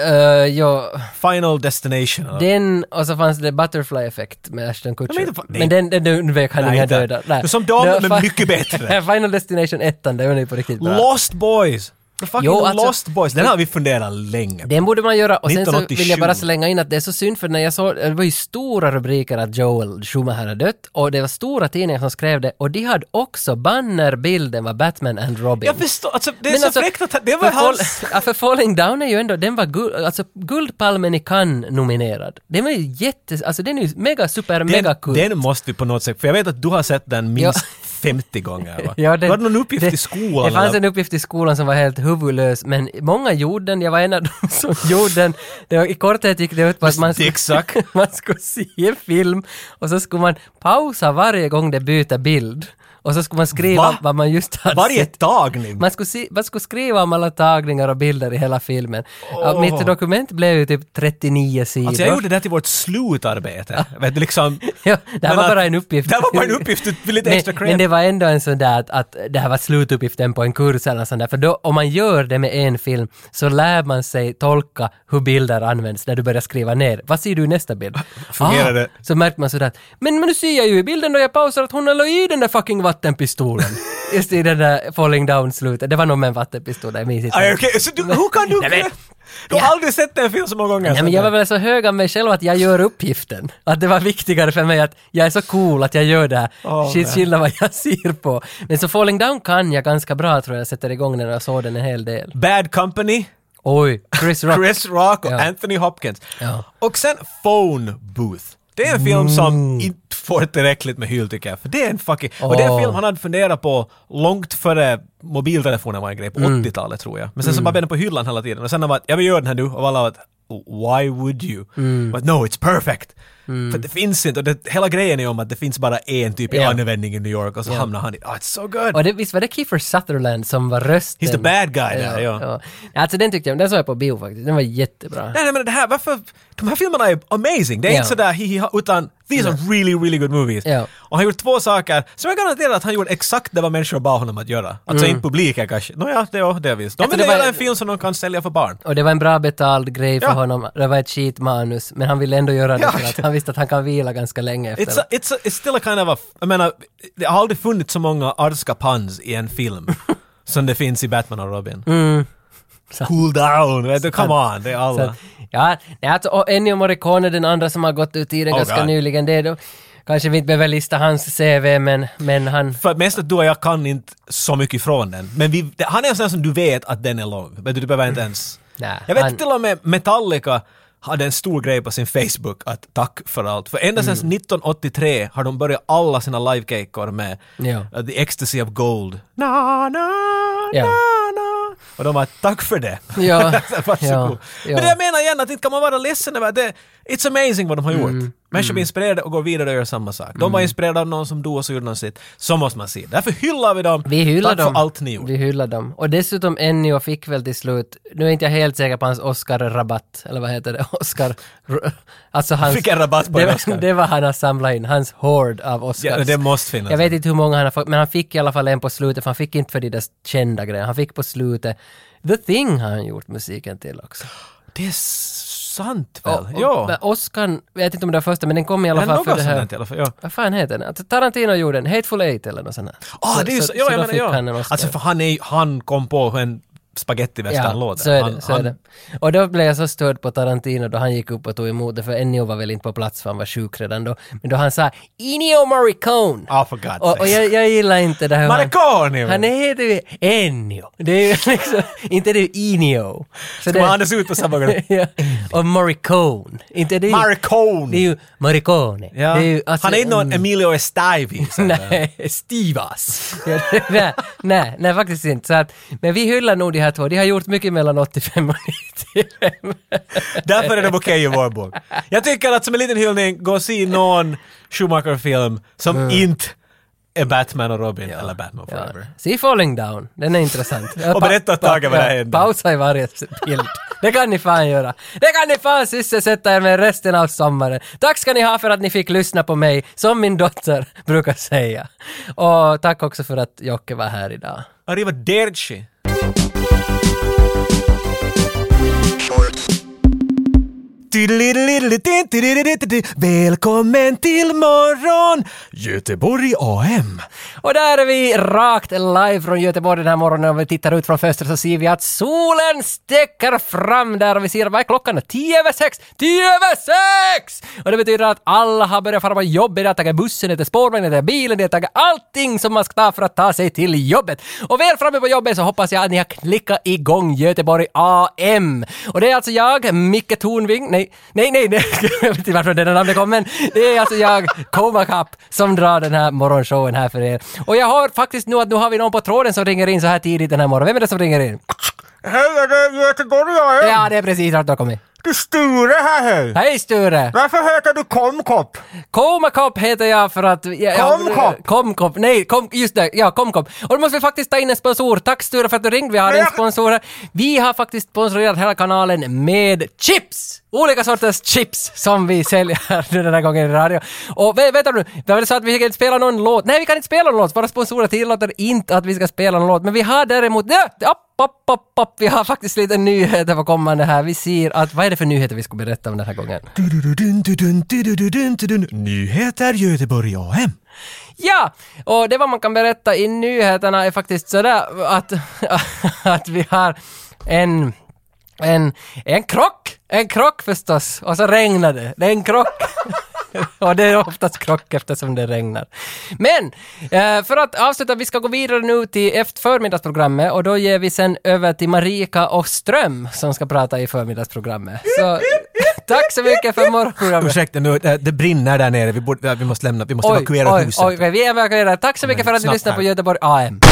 Final Destination. Den, och så fanns det Butterfly Effect med Ashton Kutcher. Men den undvek han inga döda. Nej. Som de, men mycket bättre. Final Destination 1, den är på riktigt bra. Lost Boys. Lost Boys, den har vi funderat länge. Den borde man göra, och sen så vill jag bara slänga in att det är så synd, för när jag såg, det var ju stora rubriker att Joel Schumacher hade dött, och det var stora tidningar som skrev det, och de hade också bannerbilden var Batman and Robin. Jag förstår, alltså det är så fräckt att det var hans... För Falling Down är ju ändå, den var Guldpalmen i Cannes nominerad. Den var ju alltså den är ju mega kult. Den måste vi på något sätt, för jag vet att du har sett den minst 50 gånger, va? Ja, det var någon uppgift i skolan. Det fanns en uppgift i skolan som var helt huvudlös, men många gjorde den. Jag var en av dem som gjorde den. I korthet gick det ut på att man skulle se en film, och så skulle man pausa varje gång det byter bild. Och så skulle man skriva vad man just hade varje tagning? Man skulle skriva om alla tagningar och bilder i hela filmen. Mitt dokument blev ju typ 39 sidor. Alltså jag gjorde det till vårt slutarbete. Vet du, liksom, det här var bara en uppgift. Det var bara en uppgift med lite extra cred. Men det var ändå en sån där att det här var slutuppgiften på en kurs eller sån där. För då, om man gör det med en film, så lär man sig tolka hur bilder används när du börjar skriva ner. Vad ser du i nästa bild? Fungerar det? Så märker man sådär. Men nu ser jag ju i bilden då jag pausar att hon la i den där fucking vattenpistolen. Just i den där Falling Down-slutet. Det var nog med en vattenpistol där i min sitt. Okay. Så hur kan du... Du har aldrig sett den film så många gånger. Nej, men jag var väl så hög av mig själv att jag gör uppgiften. Att det var viktigare för mig att jag är så cool att jag gör det här. Skillnad vad jag ser på. Men så Falling Down kan jag ganska bra, tror jag sätter igång när jag såg den en hel del. Bad Company. Oj, Chris Rock och Anthony Hopkins. Ja. Och sen Phone Booth. Det är en film som inte får tillräckligt med hyll, tycker jag. För det är en fucking... Och det är en film han hade funderat på långt före mobiltelefonen var en grej på 80-talet, tror jag. Men sen så bara blev den på hyllan hela tiden. Och sen har jag vill göra den här nu. Och alla var why would you? But no, it's perfect. För det finns inte, och hela grejen är om att det finns bara en typ i användning i New York, och så hamnar han i, it's so good. Och visst var det Kiefer Sutherland som var rösten? He's the bad guy där, ja. Alltså den tyckte jag, den såg jag på bio faktiskt, den var jättebra. Nej men det här, varför, de här filmerna är amazing, det är inte sådär utan these are really, really good movies. Och han har gjort två saker som jag garanterar att han gjorde exakt det vad människor bad honom att göra. Alltså inte publiken kanske. Det är visst. De vill göra en film som de kan sälja för barn. Och det var en bra betald grej för honom. Det var ett skitmanus, men han ville ändå göra det för att han visste att han kan vila ganska länge efter. It's still a kind of jag menar, det har aldrig funnits så många arska puns i en film som det finns i Batman och Robin. Cool down, vet du, come on, det är alla. Och Ennio Morricone, den andra som har gått ut i den ganska nyligen, det är då kanske vi inte behöver lista hans CV, men han... För mest att du och jag kan inte så mycket från den. Men han är en sån som du vet att den är lång. Men du behöver inte ens... Jag vet till och med Metallica hade en stor grej på sin Facebook att tack för allt. För ända sedan 1983 har de börjat alla sina live-cakor med The Ecstasy of Gold. Och de var tack för det. Men det jag menar igen, att inte kan man vara ledsen över det. It's amazing vad de har gjort. Människor blir inspirerade och går vidare och gör samma sak. De var inspirerade av någon som dog och så gjorde någon sitt. Så måste man se. Därför hyllar vi dem. Vi hyllar Tack dem. för allt ni gjorde. Vi hyllar dem. Och dessutom Ennio fick väl till slut, nu är inte jag helt säker på hans Oscar-rabatt, eller vad heter det? Oscar... Alltså hans... Fick en rabatt på en Oscar. Det var han har samlat in, hans hoard av Oscars. Ja, det måste finnas. Jag vet inte hur många han har fått, men han fick i alla fall en på slutet, för han fick inte för de där kända grejerna. Han fick på slutet The Thing har han gjort musiken till också. Det är sant väl? Ja. Oscar, jag vet inte om det var första, men den kom i alla fall för det här. I alla fall, ja. Vad fan heter den? Tarantino gjorde den, Hateful Eight eller något sånt här. Det är så, jag menar. Alltså för han kom på en spagettivästern-låt. Så är det. Och då blev jag så störd på Tarantino då han gick upp och tog emot det, för Ennio var väl inte på plats för han var sjuk redan då. Men då han sa Ennio Morricone. For God's sake. Och jag gillar inte det här. Morricone! Han heter ju Ennio. Det är ju liksom, inte det är Ennio. Så ska man andas ut på samma gång? Ja. Och Morricone. Inte det. Morricone! Det är ju Morricone. Ja. Det är ju, alltså, han är inte någon Emilio Estaivi. Nej, Stivas. nej, faktiskt inte. Så att, men vi hyllar nog de här två. De har gjort mycket mellan 85 och 95. Därför är det okej i vår bok. Jag tycker att som en liten hyllning, gå och se någon Schumacher-film som inte är Batman och Robin eller Batman Forever. Se Falling Down, den är intressant. Och berätta ett tag vad det är. Pausa i varje bild. Det kan ni fan göra. Det kan ni fan sysselsätta er med resten av sommaren. Tack ska ni ha för att ni fick lyssna på mig, som min dotter brukar säga. Och tack också för att Jocke var här idag. Arrivederci. Välkommen till morgon Göteborg AM. Och där är vi rakt live från Göteborg den här morgonen. Om vi tittar ut från fönstret så ser vi att solen sticker fram där och vi ser vad är klockan? 10:06! 10:06! Och det betyder att alla har börjat fara på jobbet. Det har tagit bussen, det är spårvagnen, det är bilen, det har tagit allting som man ska ta för att ta sig till jobbet. Och väl framme på jobbet så hoppas jag att ni har klickat igång Göteborg AM. Och det är alltså jag, Micke Tornving. Nej, jag vet inte varför den namnet kom, men det är alltså jag, Koma Kapp, som drar den här morgonshowen här för er. Och jag har faktiskt nu har vi någon på tråden som ringer in så här tidigt den här morgonen. Vem är det som ringer in? Hej, är det Göteborg jag är? Ja, det är precis att du har kommit. Det är Sture här, hej. Hej Sture! Varför heter du Komkopp? Komakopp heter jag för att... Komkopp? Nej, just det. Ja, Komkopp. Och då måste vi faktiskt ta in en sponsor. Tack Sture för att du ringde. Vi har en sponsor här. Vi har faktiskt sponsorerat hela kanalen med chips! Olika sorters chips som vi säljer den här gången i radio. Och vänta nu, det var så att vi kan inte spela någon låt. Nej, vi kan inte spela någon låt. Våra sponsorer tillåter inte att vi ska spela någon låt. Men vi har däremot... Vi har faktiskt lite nyheter på kommande här. Vi ser att... Vad är det för nyheter vi ska berätta om den här gången? Nyheter Göteborg AM. Ja, och det vad man kan berätta i nyheterna är faktiskt sådär att vi har en krock. En krock förstås. Och så regnar det. Det är en krock. Och det är oftast krock eftersom det regnar. Men för att avsluta, vi ska gå vidare nu till förmiddagsprogrammet och då ger vi sen över till Marika och Ström som ska prata i förmiddagsprogrammet. Så tack så mycket för morgonprogrammet. Ursäkta nu, det brinner där nere. Vi måste evakuera huset. Vi evakuerar. Tack så mycket för att du lyssnar på Göteborg AM.